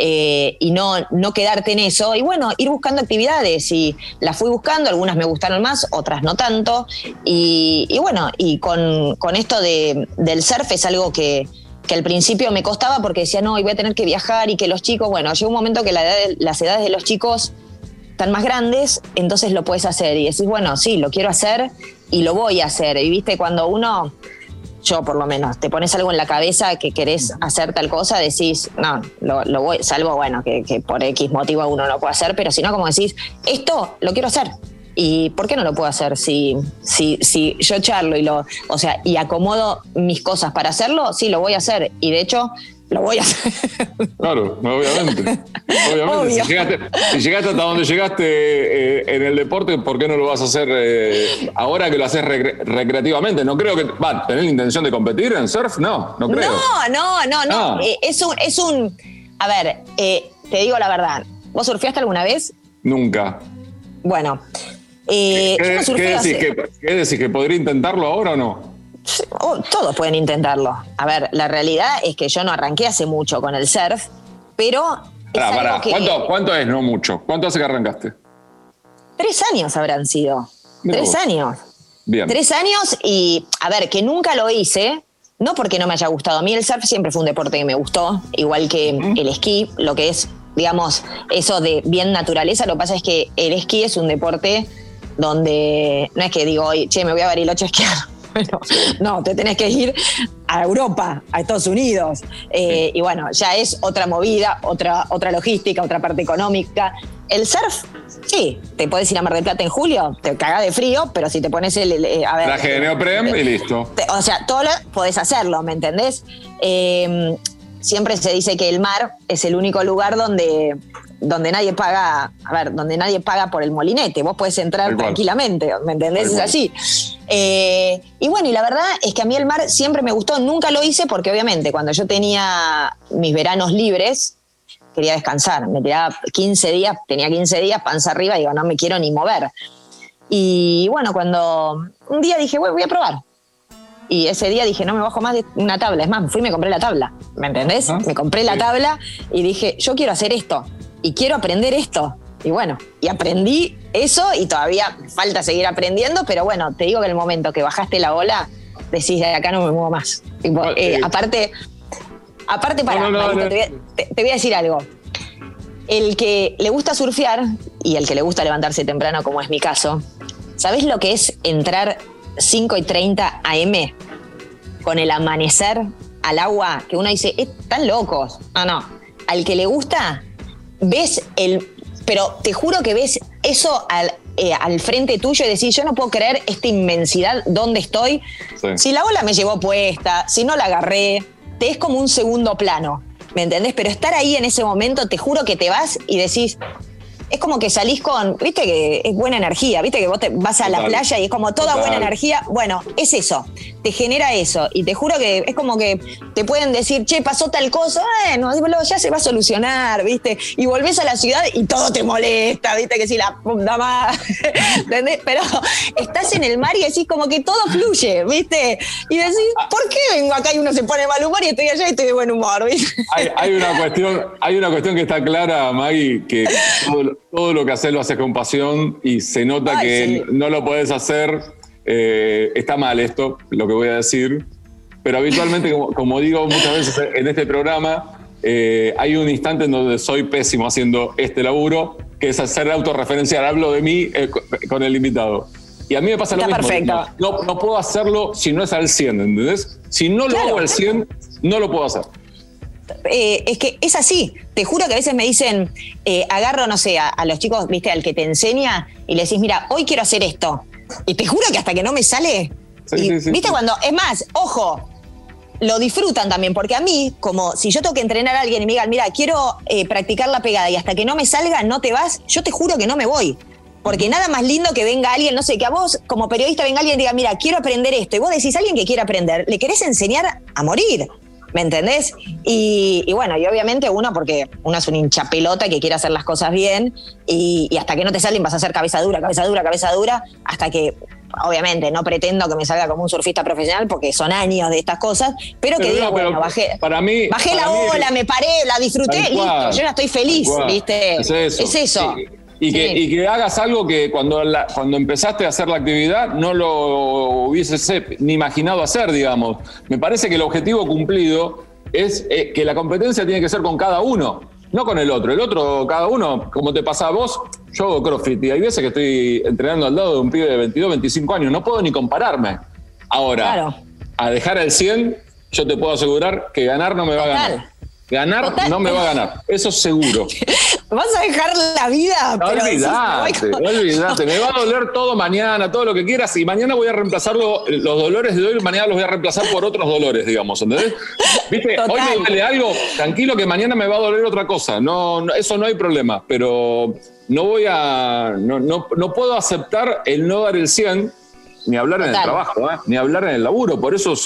[SPEAKER 2] Y no quedarte en eso, y bueno, ir buscando actividades, y las fui buscando, algunas me gustaron más, otras no tanto, y bueno, y con esto del surf es algo que al principio me costaba porque decía, no, y voy a tener que viajar, y que los chicos, bueno, llega un momento que las edades de los chicos están más grandes, entonces lo puedes hacer, y decís, bueno, sí, lo quiero hacer, y lo voy a hacer, y viste, cuando uno... Yo por lo menos, te pones algo en la cabeza que querés hacer tal cosa, decís, no, lo voy, salvo, bueno, que por X motivo uno no lo puede hacer, pero si no, como decís, esto lo quiero hacer. ¿Y por qué no lo puedo hacer? Si yo charlo y acomodo mis cosas para hacerlo, sí, lo voy a hacer. Y de hecho, lo voy a hacer.
[SPEAKER 3] Claro, obviamente. Obvio. Si llegaste hasta donde llegaste en el deporte, ¿por qué no lo vas a hacer ahora que lo haces recreativamente? No creo que... ¿tenés la intención de competir en surf? No creo.
[SPEAKER 2] No. Es un... A ver, te digo la verdad. ¿Vos surfeaste alguna vez?
[SPEAKER 3] Nunca.
[SPEAKER 2] Bueno.
[SPEAKER 3] ¿Qué decís? ¿Que podría intentarlo ahora o no?
[SPEAKER 2] Todos pueden intentarlo. A ver, la realidad es que yo no arranqué hace mucho con el surf, pero...
[SPEAKER 3] Pará. ¿Cuánto es? No mucho. ¿Cuánto hace que arrancaste?
[SPEAKER 2] 3 años habrán sido. 3 años.
[SPEAKER 3] Bien.
[SPEAKER 2] 3 años y, a ver, que nunca lo hice, no porque no me haya gustado. A mí el surf siempre fue un deporte que me gustó, igual que el esquí, lo que es, digamos, eso de bien naturaleza. Lo que pasa es que el esquí es un deporte donde no es que digo, che, me voy a Bariloche a esquiar. Bueno, no, te tenés que ir a Europa, a Estados Unidos. Y bueno, ya es otra movida, otra logística, otra parte económica. El surf, sí, te podés ir a Mar del Plata en julio, te cagás de frío, pero si te pones
[SPEAKER 3] traje de neopren y listo.
[SPEAKER 2] O sea, todo lo podés hacerlo, ¿me entendés? Siempre se dice que el mar es el único lugar donde nadie paga, donde nadie paga por el molinete. Vos podés entrar tranquilamente, ¿me entendés? Es así. Y bueno, y la verdad es que a mí el mar siempre me gustó. Nunca lo hice porque obviamente cuando yo tenía mis veranos libres, quería descansar. Me tiraba 15 días, tenía 15 días, panza arriba, y digo, no me quiero ni mover. Y bueno, cuando un día dije, voy a probar. Y ese día dije, no me bajo más de una tabla. Es más, fui y me compré la tabla, ¿me entendés? Me compré la tabla y dije, yo quiero hacer esto y quiero aprender esto. Y bueno, y aprendí eso y todavía falta seguir aprendiendo, pero bueno, te digo que en el momento que bajaste la ola, decís, de acá no me muevo más. Tipo, aparte, Marito, te voy a decir algo. El que le gusta surfear y el que le gusta levantarse temprano, como es mi caso, ¿sabés lo que es entrar 5:30 AM con el amanecer al agua? Que uno dice, están locos. No. Al que le gusta, ves pero te juro que ves eso al frente tuyo y decís, yo no puedo creer esta inmensidad, ¿dónde estoy? Sí. Si la ola me llevó puesta, si no la agarré, te es como un segundo plano, ¿me entendés? Pero estar ahí en ese momento, te juro que te vas y decís, es como que salís con, viste que es buena energía, viste que vos te vas a la playa y es como toda buena energía. Bueno, es eso, te genera eso. Y te juro que es como que te pueden decir, che, pasó tal cosa, bueno, ya se va a solucionar, viste. Y volvés a la ciudad y todo te molesta, viste, que si la puta madre, ¿entendés? Pero estás en el mar y decís como que todo fluye, viste. Y decís, ¿por qué vengo acá y uno se pone de mal humor y estoy allá y estoy de buen humor, viste?
[SPEAKER 3] Hay una cuestión que está clara, Maggie, que todo lo que haces lo haces con pasión y se nota que no lo podés hacer. Está mal esto, lo que voy a decir, pero habitualmente, como digo muchas veces en este programa, hay un instante en donde soy pésimo haciendo este laburo que es hacer autorreferencial, hablo de mí con el invitado. Y a mí me pasa lo mismo.
[SPEAKER 2] Perfecto.
[SPEAKER 3] No puedo hacerlo si no es al 100, ¿entendés? Si no lo hago al 100, no lo puedo hacer.
[SPEAKER 2] Es que es así. Te juro que a veces me dicen, agarro, no sé, a los chicos, viste, al que te enseña y le decís, mira, hoy quiero hacer esto. Y te juro que hasta que no me sale. Sí. Viste, cuando, es más, ojo, lo disfrutan también, porque a mí, como si yo tengo que entrenar a alguien y me digan, mira, quiero practicar la pegada y hasta que no me salga, no te vas, yo te juro que no me voy. Porque nada más lindo que venga alguien, no sé, que a vos como periodista venga alguien y diga, mira, quiero aprender esto. Y vos decís, alguien que quiere aprender, le querés enseñar a morir, ¿me entendés? Y bueno, y obviamente porque uno es un hinchapelota que quiere hacer las cosas bien y hasta que no te salen vas a hacer cabeza dura, hasta que, obviamente, no pretendo que me salga como un surfista profesional porque son años de estas cosas, pero que digo, bueno, bajé la ola, me paré, la disfruté, listo, yo ya estoy feliz, ¿viste? Es eso.
[SPEAKER 3] Y que hagas algo que cuando empezaste a hacer la actividad no lo hubieses ni imaginado hacer, digamos. Me parece que el objetivo cumplido es que la competencia tiene que ser con cada uno, no con el otro. El otro, cada uno, como te pasa a vos, yo hago CrossFit y hay veces que estoy entrenando al lado de un pibe de 22, 25 años, no puedo ni compararme. Ahora, a dejar el 100, yo te puedo asegurar que ganar no me va a ganar. Ganar no me va a ganar, eso seguro.
[SPEAKER 2] ¿Vas a dejar la vida?
[SPEAKER 3] Olvídate, me va a doler todo mañana, todo lo que quieras, y mañana voy a reemplazar los dolores de hoy, mañana los voy a reemplazar por otros dolores, digamos, ¿entendés? ¿Viste? Total. Hoy me duele algo, tranquilo que mañana me va a doler otra cosa, no, eso no hay problema, pero no puedo aceptar el no dar el 100, ni hablar en el trabajo, ni hablar en el laburo, por eso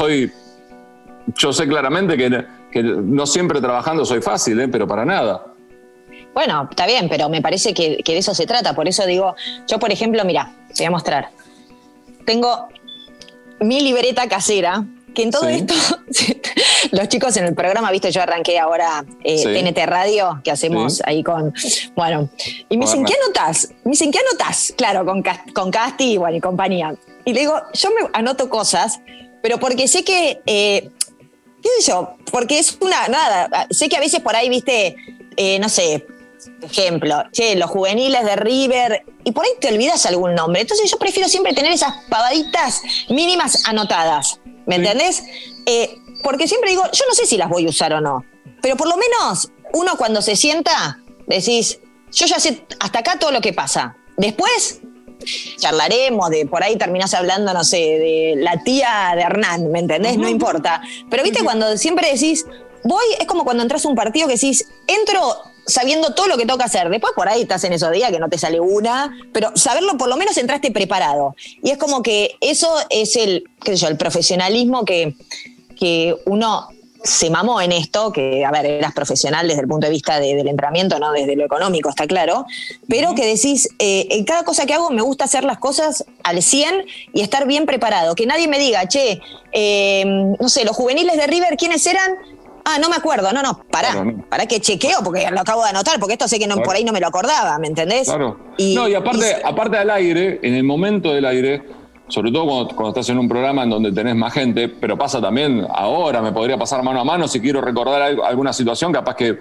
[SPEAKER 3] yo sé claramente que no siempre trabajando soy fácil, pero para nada.
[SPEAKER 2] Bueno, está bien, pero me parece que de eso se trata. Por eso digo, yo por ejemplo, mira, te voy a mostrar. Tengo mi libreta casera, que en todo esto, los chicos en el programa, viste, yo arranqué ahora TNT Radio, que hacemos ahí con, bueno, y me dicen, ¿qué anotás? Claro, con Casti y compañía. Y le digo, yo me anoto cosas, pero porque sé que, qué sé yo, porque es sé que a veces por ahí, viste, no sé, ejemplo, los juveniles de River, y por ahí te olvidas algún nombre. Entonces yo prefiero siempre tener esas pavaditas mínimas anotadas, ¿me entendés? Porque siempre digo, yo no sé si las voy a usar o no, pero por lo menos uno cuando se sienta, decís, yo ya sé hasta acá todo lo que pasa. Después charlaremos, por ahí terminás hablando, no sé, de la tía de Hernán, ¿me entendés? No importa. Pero viste, cuando siempre decís, es como cuando entras a un partido que decís, entro sabiendo todo lo que tengo que hacer. Después por ahí estás en esos días que no te sale una, pero saberlo, por lo menos entraste preparado. Y es como que eso es el profesionalismo que uno se mamó en esto, que, a ver, eras profesional desde el punto de vista del entrenamiento, no desde lo económico, está claro, pero que decís, en cada cosa que hago me gusta hacer las cosas al 100 y estar bien preparado. Que nadie me diga, no sé, los juveniles de River, ¿quiénes eran? No me acuerdo, pará que chequeo porque lo acabo de anotar, porque esto sé que por ahí no me lo acordaba, ¿me entendés?
[SPEAKER 3] Claro. Y aparte al aire, en el momento del aire, sobre todo cuando estás en un programa en donde tenés más gente, pero pasa también ahora, me podría pasar mano a mano si quiero recordar alguna situación, capaz que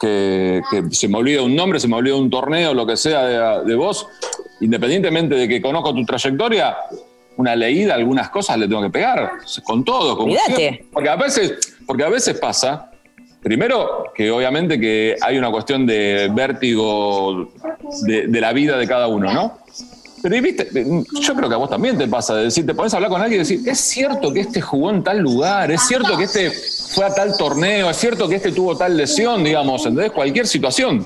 [SPEAKER 3] se me olvida un nombre, se me olvida un torneo, lo que sea de vos, independientemente de que conozco tu trayectoria, una leída, algunas cosas le tengo que pegar, con todo.
[SPEAKER 2] Olvídate.
[SPEAKER 3] Porque a veces pasa, primero, que obviamente que hay una cuestión de vértigo de la vida de cada uno, ¿no? Pero viste, yo creo que a vos también te pasa, de decir, te pones a hablar con alguien y decir, es cierto que este jugó en tal lugar, es cierto que este fue a tal torneo, es cierto que este tuvo tal lesión, digamos, ¿entendés? Cualquier situación.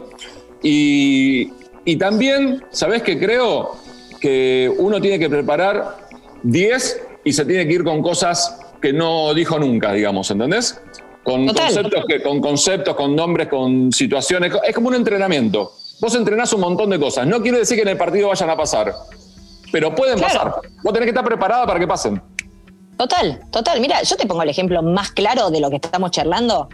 [SPEAKER 3] Y también, ¿sabés qué creo? Que uno tiene que preparar 10 y se tiene que ir con cosas que no dijo nunca, digamos, ¿entendés? Con conceptos, con nombres, con situaciones. Es como un entrenamiento. Vos entrenás un montón de cosas. No quiere decir que en el partido vayan a pasar, pero pueden pasar. Vos tenés que estar preparada para que pasen.
[SPEAKER 2] Total. Mira, yo te pongo el ejemplo más claro de lo que estamos charlando.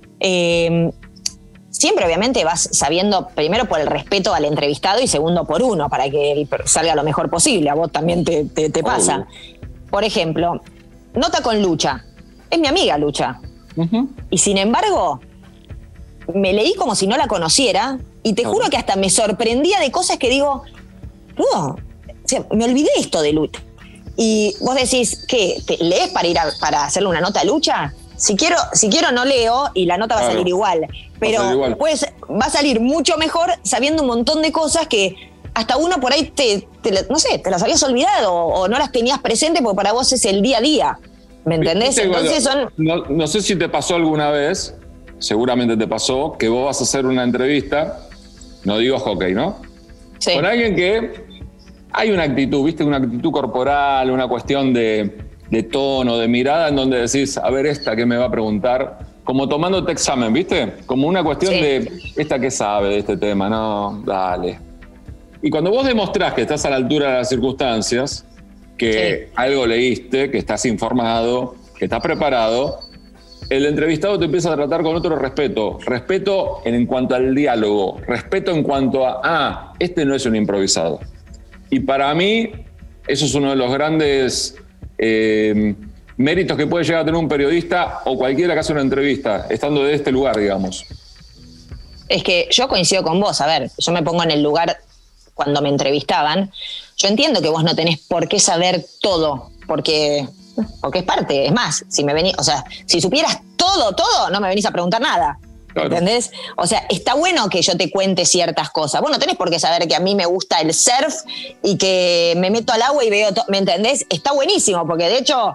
[SPEAKER 2] Siempre, obviamente, vas sabiendo, primero por el respeto al entrevistado y segundo por uno, para que él salga lo mejor posible. A vos también te pasa. Por ejemplo, nota con Lucha. Es mi amiga Lucha. Uh-huh. Y sin embargo, me leí como si no la conociera Y te juro que hasta me sorprendía de cosas que digo, no, o sea, me olvidé esto de Lucha. Y vos decís, ¿qué? ¿Lees para hacerle una nota a Lucha? Si quiero no leo y la nota va a salir igual. Pero pues va a salir mucho mejor sabiendo un montón de cosas que hasta uno por ahí no sé, te las habías olvidado o no las tenías presentes porque para vos es el día a día. ¿Me entendés? Entonces
[SPEAKER 3] no sé si te pasó alguna vez, seguramente te pasó, que vos vas a hacer una entrevista, no digo hockey, ¿no?
[SPEAKER 2] Sí.
[SPEAKER 3] Con alguien que hay una actitud, ¿viste? Una actitud corporal, una cuestión de tono, de mirada, en donde decís, a ver, esta que me va a preguntar, como tomándote examen, ¿viste? Como una cuestión de, esta que sabe de este tema, no, dale. Y cuando vos demostrás que estás a la altura de las circunstancias, que algo leíste, que estás informado, que estás preparado, el entrevistado te empieza a tratar con otro respeto. Respeto en cuanto al diálogo, respeto en cuanto a, este no es un improvisado. Y para mí, eso es uno de los grandes méritos que puede llegar a tener un periodista o cualquiera que hace una entrevista, estando de este lugar, digamos.
[SPEAKER 2] Es que yo coincido con vos, a ver, yo me pongo en el lugar cuando me entrevistaban. Yo entiendo que vos no tenés por qué saber todo, porque es parte. Es más, si supieras todo, no me venís a preguntar nada. Claro. ¿Entendés? O sea, está bueno que yo te cuente ciertas cosas. Vos no tenés por qué saber que a mí me gusta el surf y que me meto al agua y veo todo. ¿Me entendés? Está buenísimo, porque de hecho,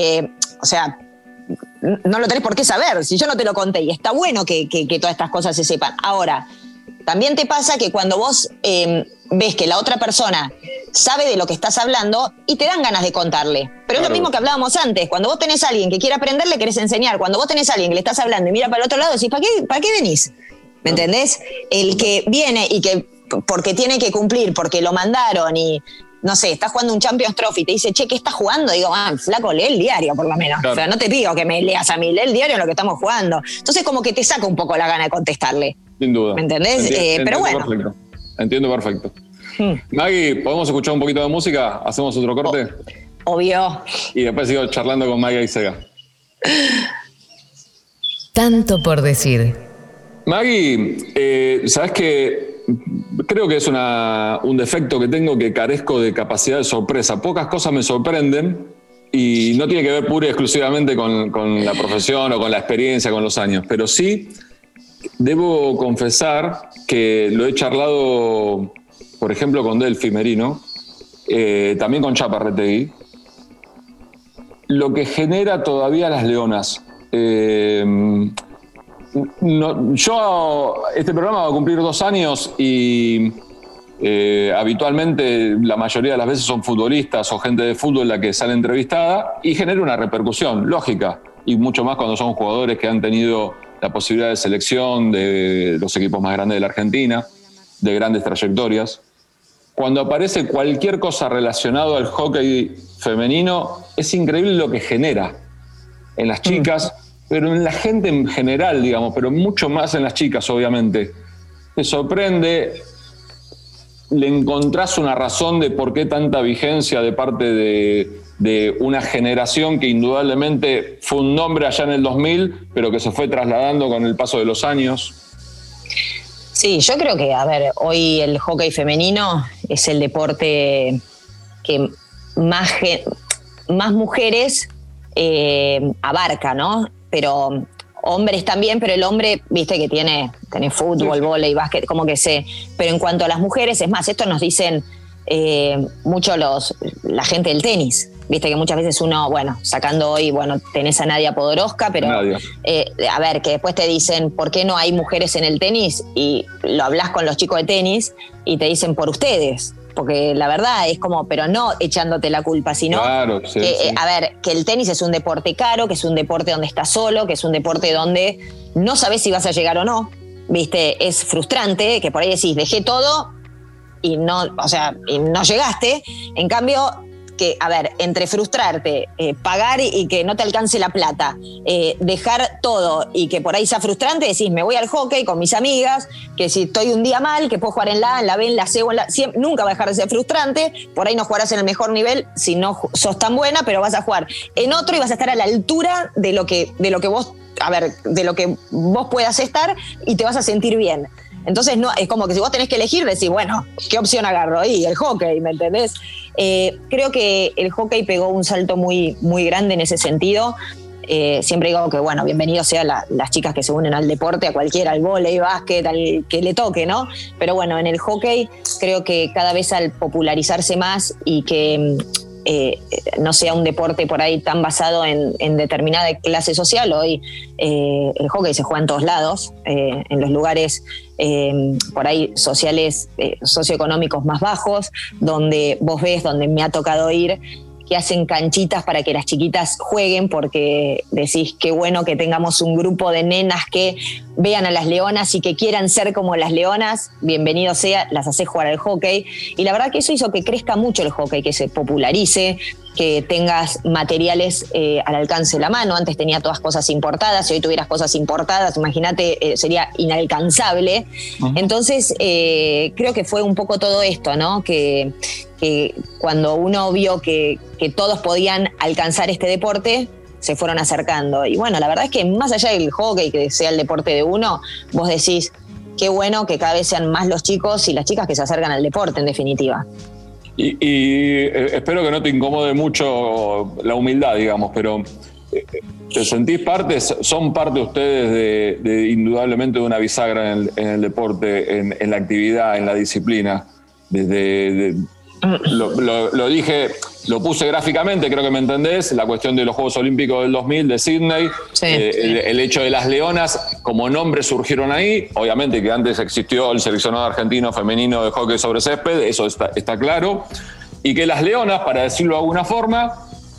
[SPEAKER 2] no lo tenés por qué saber. Si yo no te lo conté, y está bueno que todas estas cosas se sepan. Ahora, también te pasa que cuando vos ves que la otra persona sabe de lo que estás hablando y te dan ganas de contarle. Pero claro, es lo mismo que hablábamos antes. Cuando vos tenés a alguien que quiere aprender, le querés enseñar. Cuando vos tenés a alguien que le estás hablando y mira para el otro lado, decís, ¿para qué venís? ¿Me entendés? El que viene y que porque tiene que cumplir, porque lo mandaron y, no sé, estás jugando un Champions Trophy y te dice, che, ¿qué estás jugando? Digo, flaco, lee el diario por lo menos. Claro. O sea, no te pido que me leas a mí, lee el diario en lo que estamos jugando. Entonces como que te saca un poco la gana de contestarle. Sin duda. ¿Me entendés? Pero bueno.
[SPEAKER 3] Perfecto. Entiendo perfecto. Maggie, ¿podemos escuchar un poquito de música? ¿Hacemos otro corte?
[SPEAKER 2] Obvio.
[SPEAKER 3] Y después sigo charlando con Maggie y Sega.
[SPEAKER 1] Tanto por decir.
[SPEAKER 3] Maggie, ¿sabes qué? Creo que es un defecto que tengo, que carezco de capacidad de sorpresa. Pocas cosas me sorprenden y no tiene que ver pura y exclusivamente con la profesión o con la experiencia, con los años. Pero sí, debo confesar que lo he charlado, por ejemplo, con Delphi Merino, también con Chaparretegui, lo que genera todavía las leonas. Este programa va a cumplir 2 años y habitualmente la mayoría de las veces son futbolistas o gente de fútbol la que sale entrevistada y genera una repercusión lógica, y mucho más cuando son jugadores que han tenido la posibilidad de selección de los equipos más grandes de la Argentina, de grandes trayectorias. Cuando aparece cualquier cosa relacionada al hockey femenino, es increíble lo que genera en las chicas, pero en la gente en general, digamos, pero mucho más en las chicas, obviamente. Te sorprende, le encontrás una razón de por qué tanta vigencia de parte de una generación que indudablemente fue un nombre allá en el 2000, pero que se fue trasladando con el paso de los años.
[SPEAKER 2] Sí, yo creo que, a ver, hoy el hockey femenino es el deporte que más mujeres abarca, ¿no? Pero hombres también, pero el hombre, viste que tiene fútbol, vóley, básquet, como que sé. Pero en cuanto a las mujeres, es más, esto nos dicen mucho la gente del tenis. Viste que muchas veces uno, sacando hoy, tenés a Nadia Podoroska, pero a ver, que después te dicen, ¿por qué no hay mujeres en el tenis? Y lo hablas con los chicos de tenis y te dicen, por ustedes. Porque la verdad es como, pero no echándote la culpa, sino
[SPEAKER 3] claro, sí.
[SPEAKER 2] A ver, que el tenis es un deporte caro, que es un deporte donde estás solo, que es un deporte donde no sabes si vas a llegar o no, viste, es frustrante, que por ahí decís, dejé todo y no llegaste. En cambio, que, a ver, entre frustrarte, pagar y que no te alcance la plata, dejar todo y que por ahí sea frustrante, decís, me voy al hockey con mis amigas, que si estoy un día mal, que puedo jugar en la A, en la B, en la C o en la... nunca va a dejar de ser frustrante, por ahí no jugarás en el mejor nivel si no sos tan buena, pero vas a jugar en otro y vas a estar a la altura de lo que vos, a ver, de lo que vos puedas estar y te vas a sentir bien. Entonces no, es como que si vos tenés que elegir, decís, bueno, ¿qué opción agarro? Y el hockey, ¿me entendés? Creo que el hockey pegó un salto muy, muy grande en ese sentido. Siempre digo que, bueno, bienvenidos sean las chicas que se unen al deporte, a cualquiera, al vóley, básquet, al que le toque, ¿no? Pero bueno, en el hockey creo que cada vez al popularizarse más y que no sea un deporte por ahí tan basado en determinada clase social, hoy el hockey se juega en todos lados, en los lugares por ahí sociales, socioeconómicos más bajos, donde vos ves, donde me ha tocado ir, que hacen canchitas para que las chiquitas jueguen, porque decís qué bueno que tengamos un grupo de nenas que vean a las leonas y que quieran ser como las leonas, bienvenido sea, las hacés jugar al hockey. Y la verdad que eso hizo que crezca mucho el hockey, que se popularice, que tengas materiales al alcance de la mano. Antes tenía todas cosas importadas, si hoy tuvieras cosas importadas, imagínate, sería inalcanzable. Uh-huh. Entonces, creo que fue un poco todo esto, ¿no? Que cuando uno vio que todos podían alcanzar este deporte, se fueron acercando. Y bueno, la verdad es que más allá del hockey, que sea el deporte de uno, vos decís, qué bueno que cada vez sean más los chicos y las chicas que se acercan al deporte, en definitiva.
[SPEAKER 3] Y espero que no te incomode mucho la humildad, digamos, pero ¿te sentís parte? ¿Son parte ustedes de indudablemente de una bisagra en el deporte, en la actividad, en la disciplina? Lo dije, lo puse gráficamente, creo que me entendés, la cuestión de los Juegos Olímpicos del 2000 de Sydney, sí. El hecho de las leonas como nombre surgieron ahí, obviamente que antes existió el seleccionado argentino femenino de hockey sobre césped, eso está claro, y que las leonas, para decirlo de alguna forma,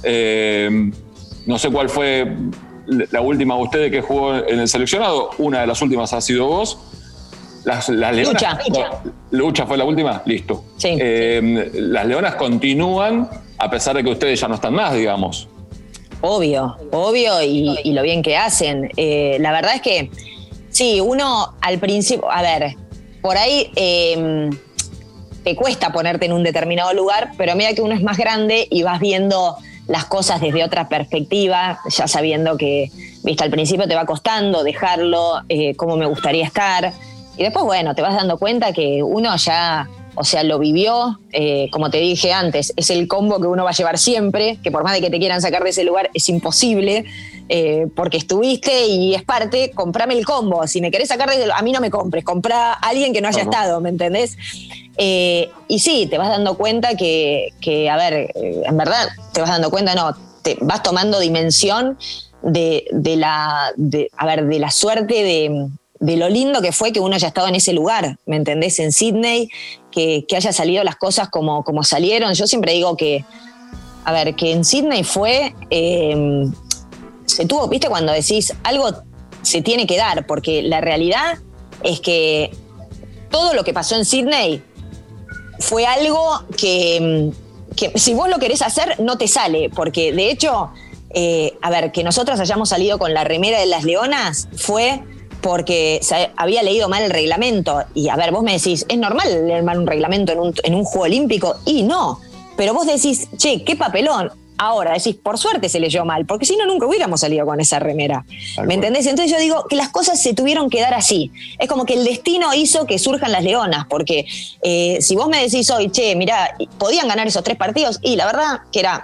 [SPEAKER 3] no sé cuál fue la última de ustedes que jugó en el seleccionado, una de las últimas ha sido vos. Las leonas, Lucha fue la última, listo.
[SPEAKER 2] Sí.
[SPEAKER 3] Las leonas continúan a pesar de que ustedes ya no están más, digamos.
[SPEAKER 2] Obvio, y lo bien que hacen. La verdad es que sí, uno al principio, a ver, por ahí te cuesta ponerte en un determinado lugar, pero a medida que uno es más grande y vas viendo las cosas desde otra perspectiva, ya sabiendo que, viste, al principio te va costando dejarlo, cómo me gustaría estar. Y después, bueno, te vas dando cuenta que uno ya, o sea, lo vivió, como te dije antes, es el combo que uno va a llevar siempre, que por más de que te quieran sacar de ese lugar, es imposible, porque estuviste y es parte, comprame el combo. Si me querés sacar de a mí no me compres, comprá a alguien que no haya estado, ¿me entendés? Y sí, te vas dando cuenta que a ver, en verdad, te vas dando cuenta, no, te vas tomando dimensión de la suerte de lo lindo que fue que uno haya estado en ese lugar, ¿me entendés? En Sydney, que haya salido las cosas como salieron. Yo siempre digo que, a ver, que en Sydney fue, se tuvo, ¿viste? Cuando decís algo se tiene que dar, porque la realidad es que todo lo que pasó en Sydney fue algo que si vos lo querés hacer, no te sale, porque de hecho, a ver, que nosotros hayamos salido con la remera de las leonas fue porque había leído mal el reglamento. Y a ver, vos me decís, ¿es normal leer mal un reglamento en un juego olímpico? Y no, pero vos decís, che, qué papelón. Ahora decís, por suerte se leyó mal, porque si no, nunca hubiéramos salido con esa remera. ¿Me entendés? Entonces yo digo que las cosas se tuvieron que dar así. Es como que el destino hizo que surjan las leonas, porque si vos me decís hoy, che, mirá, podían ganar esos 3 partidos, y la verdad que era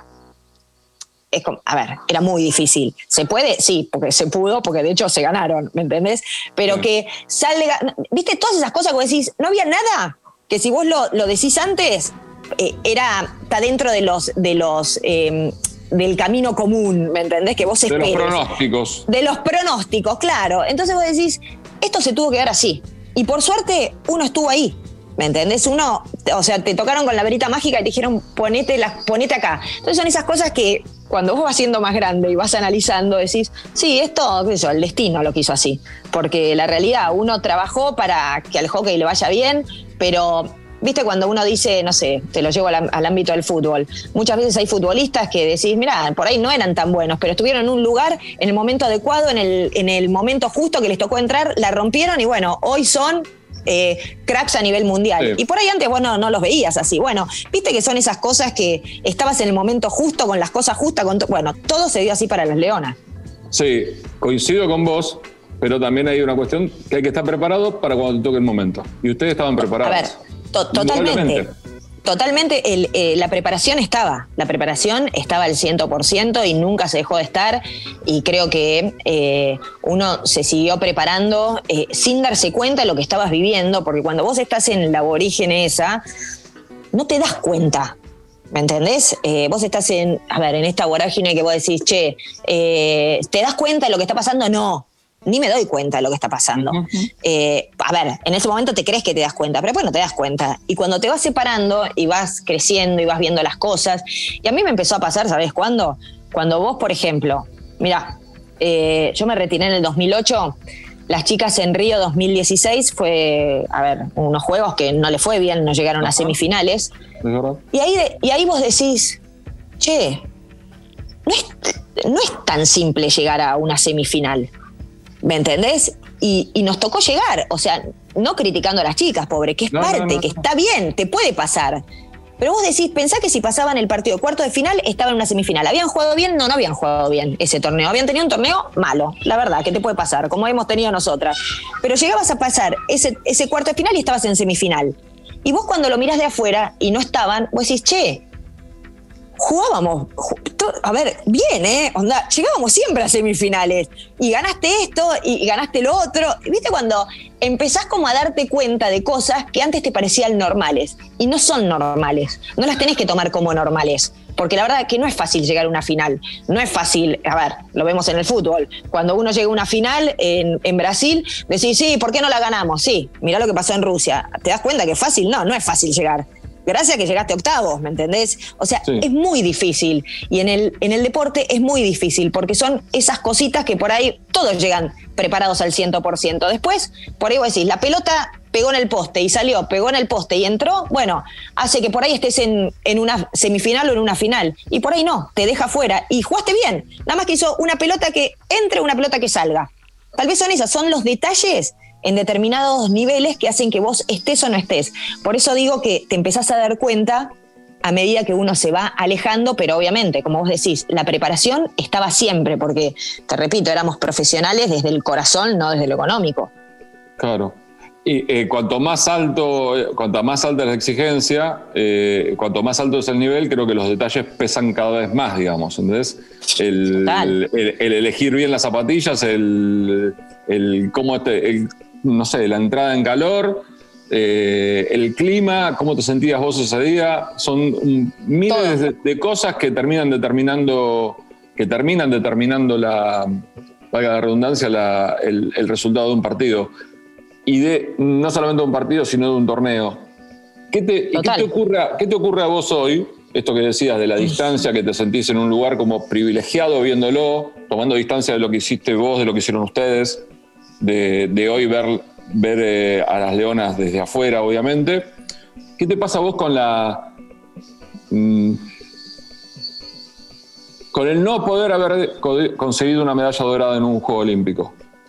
[SPEAKER 2] muy difícil. ¿Se puede? Sí, porque se pudo, porque de hecho se ganaron, ¿me entendés? Pero que salga, ¿viste? Todas esas cosas que vos decís, no había nada que si vos lo decís antes, está dentro de los del camino común, ¿me entendés? Que vos esperes.
[SPEAKER 3] De los pronósticos. De
[SPEAKER 2] los pronósticos, claro. Entonces vos decís, esto se tuvo que dar así. Y por suerte, uno estuvo ahí. ¿Me entendés? Uno, o sea, te tocaron con la varita mágica y te dijeron, ponete acá. Entonces son esas cosas que cuando vos vas siendo más grande y vas analizando, decís, sí, esto, qué sé yo, el destino lo quiso así. Porque la realidad, uno trabajó para que al hockey le vaya bien, pero viste cuando uno dice, no sé, te lo llevo al ámbito del fútbol. Muchas veces hay futbolistas que decís, mirá, por ahí no eran tan buenos, pero estuvieron en un lugar, en el momento adecuado, en el momento justo que les tocó entrar, la rompieron y bueno, hoy son cracks a nivel mundial. Sí. Y por ahí antes vos no los veías así. Bueno, viste que son esas cosas que estabas en el momento justo, con las cosas justas, bueno, todo se dio así para las leonas.
[SPEAKER 3] Sí, coincido con vos. pero también hay una cuestión que hay que estar preparado para cuando te toque el momento. Y ustedes estaban preparados.
[SPEAKER 2] A ver, totalmente. Totalmente, la preparación estaba al 100% y nunca se dejó de estar, y creo que uno se siguió preparando sin darse cuenta de lo que estabas viviendo, porque cuando vos estás en la aborígene esa, no te das cuenta, ¿me entendés? Vos estás en esta vorágine que vos decís, che, ¿te das cuenta de lo que está pasando? No. Ni me doy cuenta de lo que está pasando.
[SPEAKER 3] Uh-huh.
[SPEAKER 2] En ese momento te crees que te das cuenta, pero después no te das cuenta. Y cuando te vas separando y vas creciendo y vas viendo las cosas, y a mí me empezó a pasar, ¿sabés cuándo? Cuando vos, por ejemplo, mirá, yo me retiré en el 2008, las chicas en Río 2016 fue, unos juegos que no les fue bien, no llegaron a semifinales. Y ahí vos decís, che, no es tan simple llegar a una semifinal. ¿Me entendés? Y nos tocó llegar, o sea, no criticando a las chicas, pobre, que es parte, que está bien, te puede pasar. Pero vos decís, pensá que si pasaban el partido de cuarto de final, estaban en una semifinal. ¿Habían jugado bien? No habían jugado bien ese torneo. Habían tenido un torneo malo, la verdad, que te puede pasar, como hemos tenido nosotras. Pero llegabas a pasar ese cuarto de final y estabas en semifinal. Y vos cuando lo mirás de afuera y no estaban, vos decís, che, jugábamos, bien, onda, llegábamos siempre a semifinales y ganaste esto y ganaste lo otro. ¿Viste cuando empezás como a darte cuenta de cosas que antes te parecían normales y no son normales? No las tenés que tomar como normales, porque la verdad que no es fácil llegar a una final. No es fácil, lo vemos en el fútbol. Cuando uno llega a una final en Brasil, decís, sí, ¿por qué no la ganamos? Sí, mirá lo que pasó en Rusia. ¿Te das cuenta que es fácil? No es fácil llegar. Gracias a que llegaste a octavos, ¿me entendés? O sea, sí. Es muy difícil. Y en el deporte es muy difícil, porque son esas cositas que por ahí todos llegan preparados al 100%. Después, por ahí vos decís, la pelota pegó en el poste y salió, pegó en el poste y entró, bueno, hace que por ahí estés en una semifinal o en una final. Y por ahí no, te deja fuera. Y jugaste bien. Nada más que hizo una pelota que entre, una pelota que salga. Tal vez son los detalles en determinados niveles que hacen que vos estés o no estés. Por eso digo que te empezás a dar cuenta a medida que uno se va alejando, pero obviamente, como vos decís, la preparación estaba siempre, porque, te repito, éramos profesionales desde el corazón, no desde lo económico.
[SPEAKER 3] Claro. Y cuanto más alta es la exigencia, cuanto más alto es el nivel, creo que los detalles pesan cada vez más, digamos. ¿Entendés? El elegir bien las zapatillas, no sé, la entrada en calor, el clima, cómo te sentías vos ese día, son miles de cosas que terminan determinando la, valga la redundancia, el resultado de un partido. Y no solamente de un partido, sino de un torneo. ¿Qué te ocurre a vos hoy? Esto que decías de la distancia, que te sentís en un lugar como privilegiado viéndolo, tomando distancia de lo que hiciste vos, de lo que hicieron ustedes, de hoy ver a las Leonas desde afuera, obviamente. ¿Qué te pasa a vos con el no poder haber conseguido una medalla dorada en un Juego Olímpico?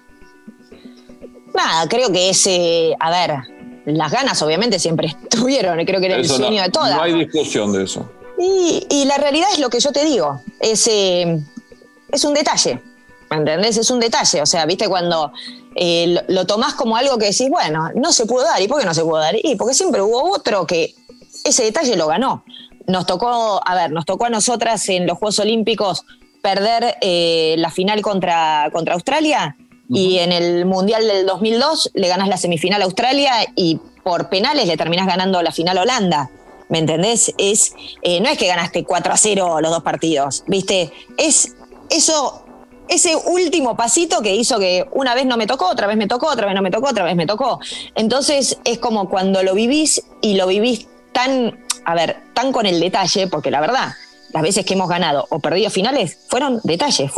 [SPEAKER 2] Nada, creo que las ganas obviamente siempre estuvieron, y creo que era el sueño de todas.
[SPEAKER 3] No hay discusión de eso.
[SPEAKER 2] Y la realidad es lo que yo te digo, es un detalle, ¿me entendés? Es un detalle, o sea, viste cuando lo tomás como algo que decís, bueno, no se pudo dar. ¿Y por qué no se pudo dar? Y porque siempre hubo otro que ese detalle lo ganó. Nos tocó a nosotras en los Juegos Olímpicos perder la final contra Australia. Y en el Mundial del 2002 le ganás la semifinal a Australia y por penales le terminás ganando la final a Holanda. ¿Me entendés? No es que ganaste 4-0 los dos partidos, ¿viste? Es ese último pasito que hizo que una vez no me tocó, otra vez me tocó, otra vez no me tocó, otra vez me tocó. Entonces es como cuando lo vivís y lo vivís tan con el detalle, porque la verdad, las veces que hemos ganado o perdido finales fueron detalles.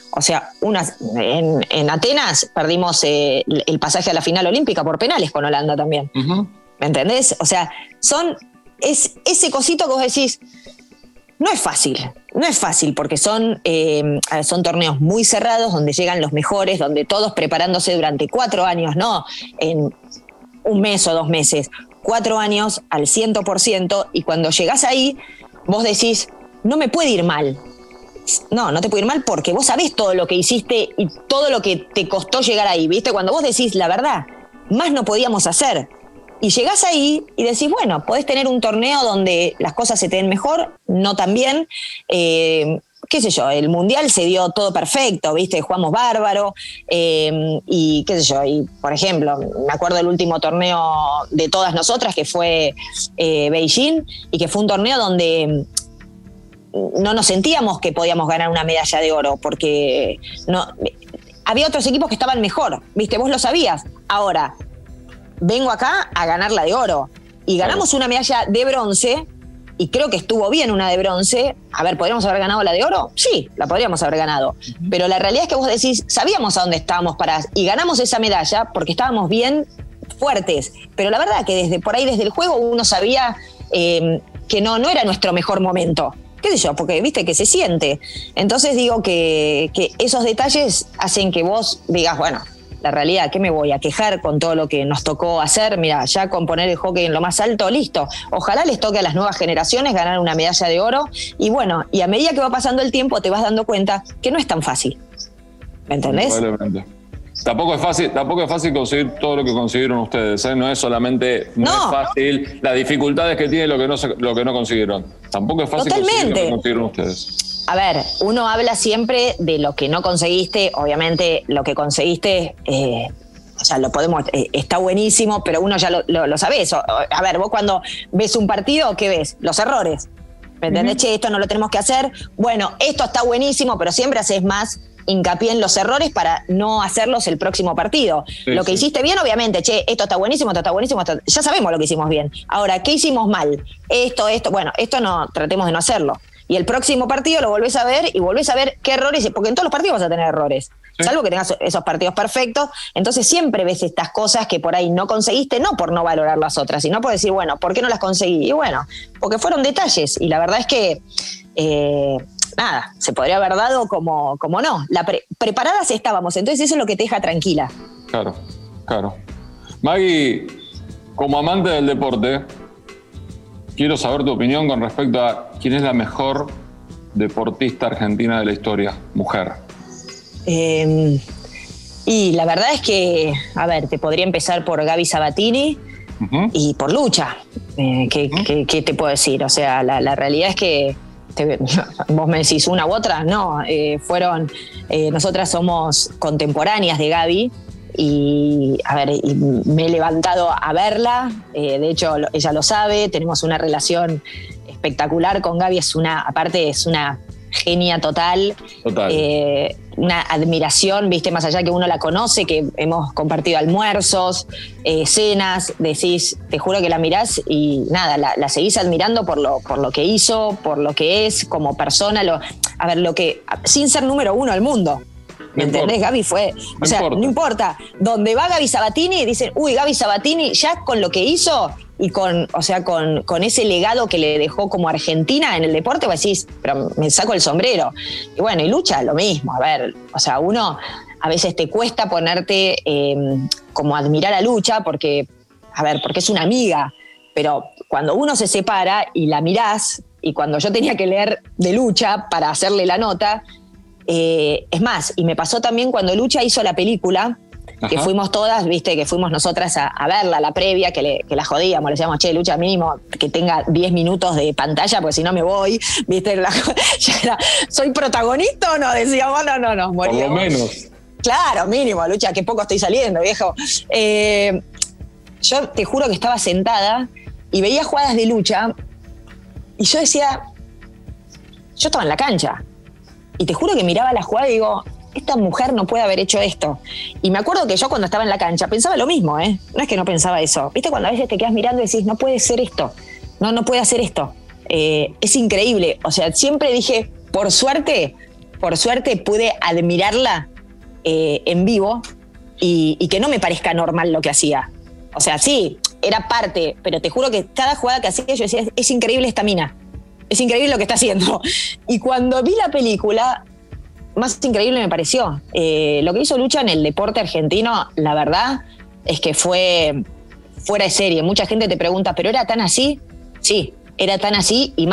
[SPEAKER 2] En Atenas perdimos el pasaje a la final olímpica por penales con Holanda también. Uh-huh. ¿Me entendés? O sea, es ese cosito que vos decís, no es fácil porque son torneos muy cerrados donde llegan los mejores, donde todos preparándose durante 4 años, no en un mes o 2 meses, 4 años al 100%, y cuando llegás ahí, vos decís, no me puede ir mal. no te puede ir mal porque vos sabés todo lo que hiciste y todo lo que te costó llegar ahí, ¿viste? Cuando vos decís la verdad, más no podíamos hacer. Y llegás ahí y decís, bueno, podés tener un torneo donde las cosas se te den mejor, no tan bien. Qué sé yo, el Mundial se dio todo perfecto, ¿viste? Jugamos bárbaro. Y qué sé yo, y por ejemplo, me acuerdo del último torneo de todas nosotras, que fue Beijing, y que fue un torneo donde no nos sentíamos que podíamos ganar una medalla de oro, porque no, había otros equipos que estaban mejor, ¿viste? Vos lo sabías. Ahora, vengo acá a ganar la de oro. Y ganamos una medalla de bronce, y creo que estuvo bien una de bronce. A ver, ¿podríamos haber ganado la de oro? Sí, la podríamos haber ganado. Pero la realidad es que vos decís, sabíamos a dónde estábamos paradas, y ganamos esa medalla porque estábamos bien fuertes. Pero la verdad que desde el juego uno sabía que no era nuestro mejor momento. ¿Qué sé yo? Porque viste que se siente. Entonces digo que esos detalles hacen que vos digas, bueno, la realidad, ¿qué me voy a quejar con todo lo que nos tocó hacer? Mira, ya con poner el hockey en lo más alto, listo. Ojalá les toque a las nuevas generaciones ganar una medalla de oro. Y bueno, y a medida que va pasando el tiempo te vas dando cuenta que no es tan fácil. ¿Me entendés?
[SPEAKER 3] Probablemente. Tampoco es fácil conseguir todo lo que consiguieron ustedes, ¿eh? No es solamente, no es fácil, las dificultades que tiene lo que no consiguieron. Tampoco es fácil conseguir lo que consiguieron ustedes.
[SPEAKER 2] A ver, uno habla siempre de lo que no conseguiste, obviamente lo que conseguiste, o sea, lo podemos, está buenísimo, pero uno ya lo sabés. A ver, vos cuando ves un partido, ¿qué ves? Los errores. ¿Me entendés? Che, esto no lo tenemos que hacer. Bueno, esto está buenísimo, pero siempre haces más hincapié en los errores para no hacerlos el próximo partido. Sí, lo que hiciste bien, obviamente, che, esto está buenísimo, ya sabemos lo que hicimos bien. Ahora, ¿qué hicimos mal? Esto, bueno, esto no, tratemos de no hacerlo. Y el próximo partido lo volvés a ver y volvés a ver qué errores, porque en todos los partidos vas a tener errores, salvo que tengas esos partidos perfectos. Entonces siempre ves estas cosas que por ahí no conseguiste, no por no valorar las otras, sino por decir, bueno, ¿por qué no las conseguí? Y bueno, porque fueron detalles, y la verdad es que nada, se podría haber dado como no. Preparadas estábamos, entonces eso es lo que te deja tranquila.
[SPEAKER 3] Claro. Maggie, como amante del deporte, quiero saber tu opinión con respecto a quién es la mejor deportista argentina de la historia, mujer.
[SPEAKER 2] Y la verdad es que, a ver, te podría empezar por Gaby Sabatini y por Lucha. ¿Qué te puedo decir? O sea, la realidad es que vos me decís una u otra, no, nosotras somos contemporáneas de Gaby, y a ver, y me he levantado a verla, de hecho ella lo sabe, tenemos una relación espectacular con Gaby, aparte es una genia total. Una admiración, viste, más allá que uno la conoce, que hemos compartido almuerzos, cenas, decís, te juro que la mirás y nada, la seguís admirando por lo que hizo, por lo que es como persona, sin ser número uno del mundo. ¿Me entendés? Gaby fue, no importa. Donde va Gaby Sabatini, dicen, uy, Gaby Sabatini, ya con lo que hizo y con ese legado que le dejó como Argentina en el deporte, vos decís, pero me saco el sombrero. Y bueno, y Lucha, lo mismo. A ver, o sea, uno a veces te cuesta ponerte como admirar a Lucha porque es una amiga, pero cuando uno se separa y la mirás, y cuando yo tenía que leer de Lucha para hacerle la nota, es más, y me pasó también cuando Lucha hizo la película, que fuimos todas, viste, que fuimos nosotras a verla, la previa, que la jodíamos, le decíamos, che, Lucha, mínimo que tenga 10 minutos de pantalla, porque si no me voy, viste, ¿soy protagonista o no? Decíamos, no, moríamos.
[SPEAKER 3] Por lo menos.
[SPEAKER 2] Claro, mínimo, Lucha, que poco estoy saliendo, viejo. Yo te juro que estaba sentada y veía jugadas de Lucha, y yo decía, yo estaba en la cancha, y te juro que miraba la jugada y digo, esta mujer no puede haber hecho esto. Y me acuerdo que yo cuando estaba en la cancha pensaba lo mismo, ¿eh? No es que no pensaba eso. ¿Viste cuando a veces te quedas mirando y decís, no puede ser esto? No puede hacer esto. Es increíble. O sea, siempre dije, por suerte pude admirarla en vivo y que no me parezca normal lo que hacía. O sea, sí, era parte, pero te juro que cada jugada que hacía yo decía, es increíble esta mina. Es increíble lo que está haciendo. Y cuando vi la película, más increíble me pareció. Lo que hizo Lucha en el deporte argentino, la verdad, es que fue fuera de serie. Mucha gente te pregunta, ¿pero era tan así? Sí, era tan así y más.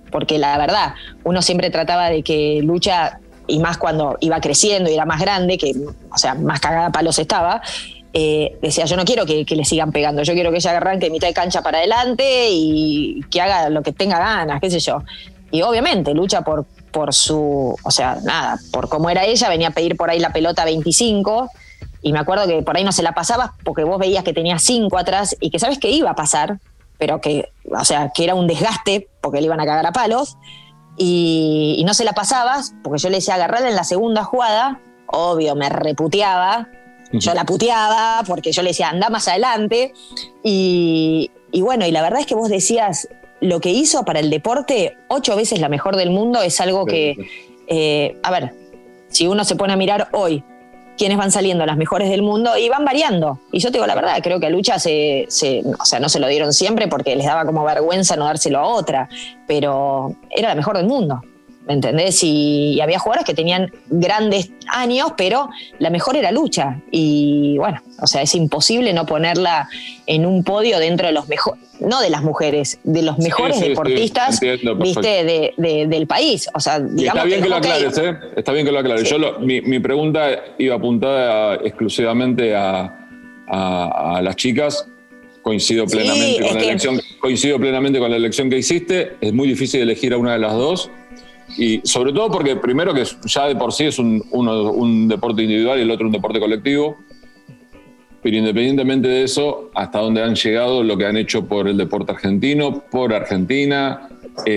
[SPEAKER 2] porque la verdad, uno siempre trataba de que Lucha, y más cuando iba creciendo y era más grande, que, o sea, más cagada a palos estaba, decía, yo no quiero que le sigan pegando, yo quiero que ella arranque mitad de cancha para adelante y que haga lo que tenga ganas, qué sé yo. Y obviamente Lucha por su, o sea, nada, por cómo era ella, venía a pedir por ahí la pelota 25, y me acuerdo que por ahí no se la pasabas porque vos veías que tenía 5 atrás y que sabes que iba a pasar, pero que, o sea, que era un desgaste porque le iban a cagar a palos, y no se la pasabas porque yo le decía agarrarla en la segunda jugada, obvio, me reputeaba, yo la puteaba porque yo le decía anda más adelante, y bueno, y la verdad es que vos decías, lo que hizo para el deporte, 8 veces la mejor del mundo, es algo que, a ver, si uno se pone a mirar hoy quiénes van saliendo las mejores del mundo, y van variando. Y yo te digo la verdad, creo que a Lucha o sea, no se lo dieron siempre porque les daba como vergüenza no dárselo a otra, pero era la mejor del mundo, ¿me entendés? Y había jugadores que tenían grandes años, pero la mejor era Lucha. Y bueno, o sea, es imposible no ponerla en un podio dentro de los mejores, no de las mujeres, de los mejores deportistas, viste, del país. O sea, digamos,
[SPEAKER 3] está bien que lo aclares, ¿eh? Está bien que lo aclares. Sí. Mi pregunta iba apuntada exclusivamente a las chicas. Coincido plenamente con la elección que hiciste. Es muy difícil elegir a una de las dos. Y sobre todo porque primero que ya de por sí es un deporte individual y el otro un deporte colectivo. Pero independientemente de eso, hasta dónde han llegado, lo que han hecho por el deporte argentino, por Argentina,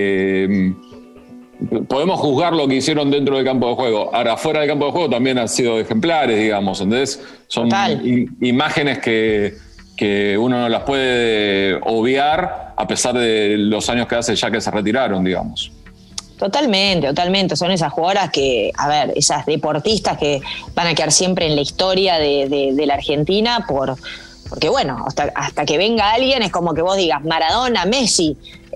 [SPEAKER 3] podemos juzgar lo que hicieron dentro del campo de juego. Ahora, fuera del campo de juego también han sido ejemplares, digamos, ¿entendés? Son imágenes que uno no las puede obviar a pesar de los años que hace ya que se retiraron, digamos.
[SPEAKER 2] Totalmente. Son esas jugadoras que, a ver, esas deportistas que van a quedar siempre en la historia de la Argentina porque bueno, hasta que venga alguien es como que vos digas Maradona, Messi,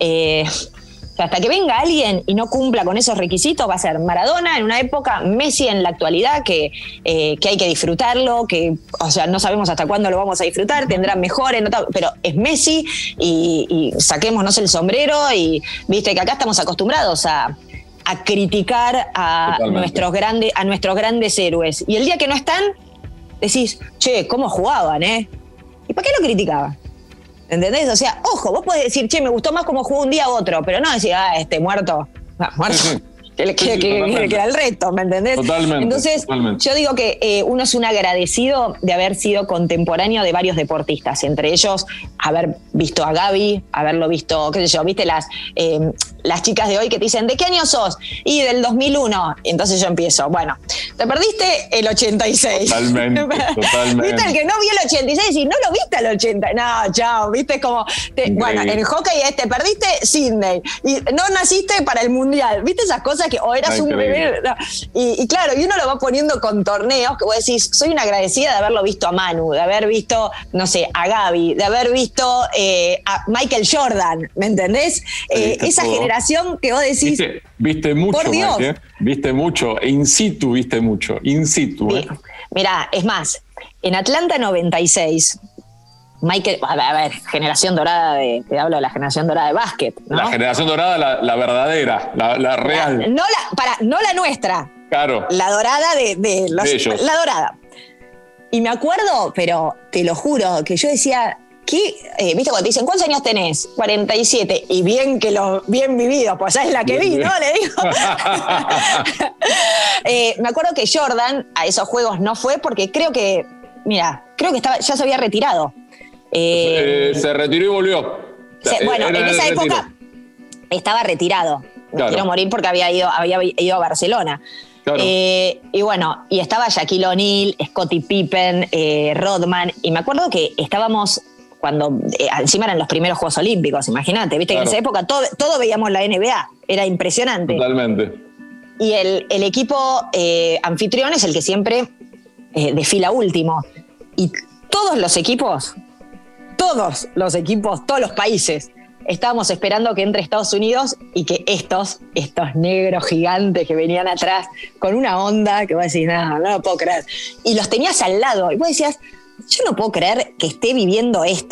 [SPEAKER 2] hasta que venga alguien y no cumpla con esos requisitos va a ser Maradona en una época, Messi en la actualidad, que hay que disfrutarlo, que, o sea, no sabemos hasta cuándo lo vamos a disfrutar, tendrán mejores, pero es Messi y saquémonos el sombrero, y viste que acá estamos acostumbrados a criticar a nuestros grandes héroes, y el día que no están decís, che, cómo jugaban, ¿Y para qué lo criticaban? ¿Entendés? O sea, ojo, vos podés decir, che, me gustó más cómo jugó un día u otro, pero no decir, muerto. Muerto. Sí. Que era el resto, ¿me entendés?
[SPEAKER 3] Totalmente.
[SPEAKER 2] Entonces, yo digo que uno es un agradecido de haber sido contemporáneo de varios deportistas, entre ellos haber visto a Gaby, haberlo visto, qué sé yo, viste las chicas de hoy que te dicen, ¿de qué año sos? Y del 2001. Y entonces yo empiezo, bueno, te perdiste el 86.
[SPEAKER 3] Totalmente.
[SPEAKER 2] Viste el que no vio el 86 y no lo viste el 80. No, chao, viste como, bueno, en hockey te perdiste Sydney y no naciste para el mundial. ¿Viste esas cosas que o eras un bebé? No. Y claro, y uno lo va poniendo con torneos que vos decís, soy una agradecida de haberlo visto a Manu, de haber visto, no sé, a Gaby, de haber visto a Michael Jordan, ¿me entendés? Esa generación que vos decís,
[SPEAKER 3] viste mucho,
[SPEAKER 2] por Dios.
[SPEAKER 3] Mike, viste mucho, in situ viste mucho, in situ.
[SPEAKER 2] Mirá, es más, en Atlanta 96, Michael, a ver, generación dorada te hablo de la generación dorada de básquet, ¿no?
[SPEAKER 3] La generación dorada, la verdadera, la real.
[SPEAKER 2] No la nuestra.
[SPEAKER 3] Claro.
[SPEAKER 2] La dorada de ellos. La dorada. Y me acuerdo, pero te lo juro, que yo decía, ¿qué? ¿Viste cuando te dicen, ¿cuántos años tenés? 47. Y bien vividos, pues ya es la que vi, ¿no? Le digo. Me acuerdo que Jordan a esos juegos no fue porque creo que ya se había retirado.
[SPEAKER 3] Se retiró y volvió.
[SPEAKER 2] Bueno, en esa época estaba retirado.
[SPEAKER 3] Claro.
[SPEAKER 2] Quiero morir porque había ido a Barcelona.
[SPEAKER 3] Claro.
[SPEAKER 2] Y bueno, y estaba Shaquille O'Neal, Scottie Pippen, Rodman, y me acuerdo que estábamos cuando encima eran los primeros Juegos Olímpicos, imagínate, viste, claro. Que en esa época todo veíamos la NBA, era impresionante.
[SPEAKER 3] Totalmente.
[SPEAKER 2] Y el equipo anfitrión es el que siempre desfila último. Y todos los equipos, todos los países, estábamos esperando que entre Estados Unidos y que estos negros gigantes que venían atrás con una onda que vos decís, no lo puedo creer. Y los tenías al lado y vos decías, yo no puedo creer que esté viviendo esto.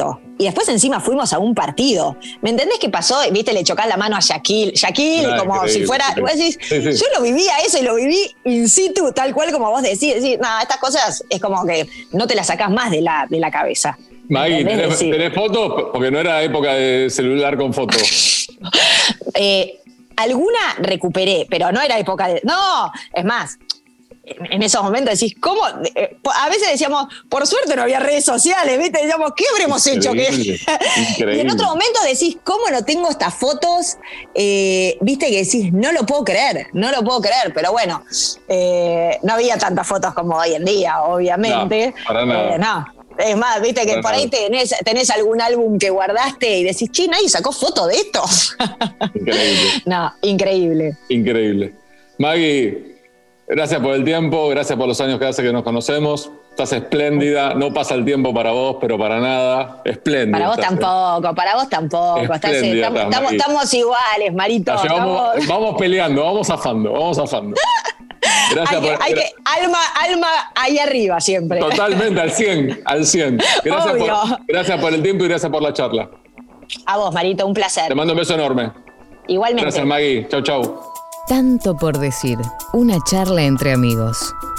[SPEAKER 2] y después encima fuimos a un partido. ¿Me entendés qué pasó? Viste, le chocás la mano a Shaquille, como
[SPEAKER 3] increíble,
[SPEAKER 2] si fuera... Vos decís,
[SPEAKER 3] sí.
[SPEAKER 2] yo lo vivía eso y lo viví in situ, tal cual como vos decís. Nada, estas cosas es como que no te las sacás más de la cabeza.
[SPEAKER 3] Maggie, ¿tenés fotos? Porque no era época de celular con fotos.
[SPEAKER 2] Alguna recuperé, pero no era época de... No, es más... En esos momentos decís, ¿cómo? A veces decíamos, por suerte no había redes sociales, ¿viste? Decíamos, ¿qué habremos hecho?
[SPEAKER 3] Increíble.
[SPEAKER 2] Y en otro momento decís, ¿cómo no tengo estas fotos? ¿Viste? Que decís, no lo puedo creer, pero bueno, no había tantas fotos como hoy en día, obviamente.
[SPEAKER 3] No, para nada.
[SPEAKER 2] No. Es más, viste que por ahí tenés algún álbum que guardaste y decís, che, nadie sacó foto de esto.
[SPEAKER 3] Increíble.
[SPEAKER 2] No, increíble.
[SPEAKER 3] Increíble. Maggie, gracias por el tiempo, gracias por los años que hace que nos conocemos. Estás espléndida, no pasa el tiempo para vos, pero para nada. Espléndida.
[SPEAKER 2] Para vos tampoco. Estamos iguales, Marito.
[SPEAKER 3] Vamos peleando, vamos zafando. Gracias
[SPEAKER 2] alma ahí arriba siempre.
[SPEAKER 3] Totalmente, al 100. Gracias por el tiempo y gracias por la charla.
[SPEAKER 2] A vos, Marito, un placer.
[SPEAKER 3] Te mando un beso enorme.
[SPEAKER 2] Igualmente.
[SPEAKER 3] Gracias, Maggie. Chau.
[SPEAKER 1] Tanto por decir. Una charla entre amigos.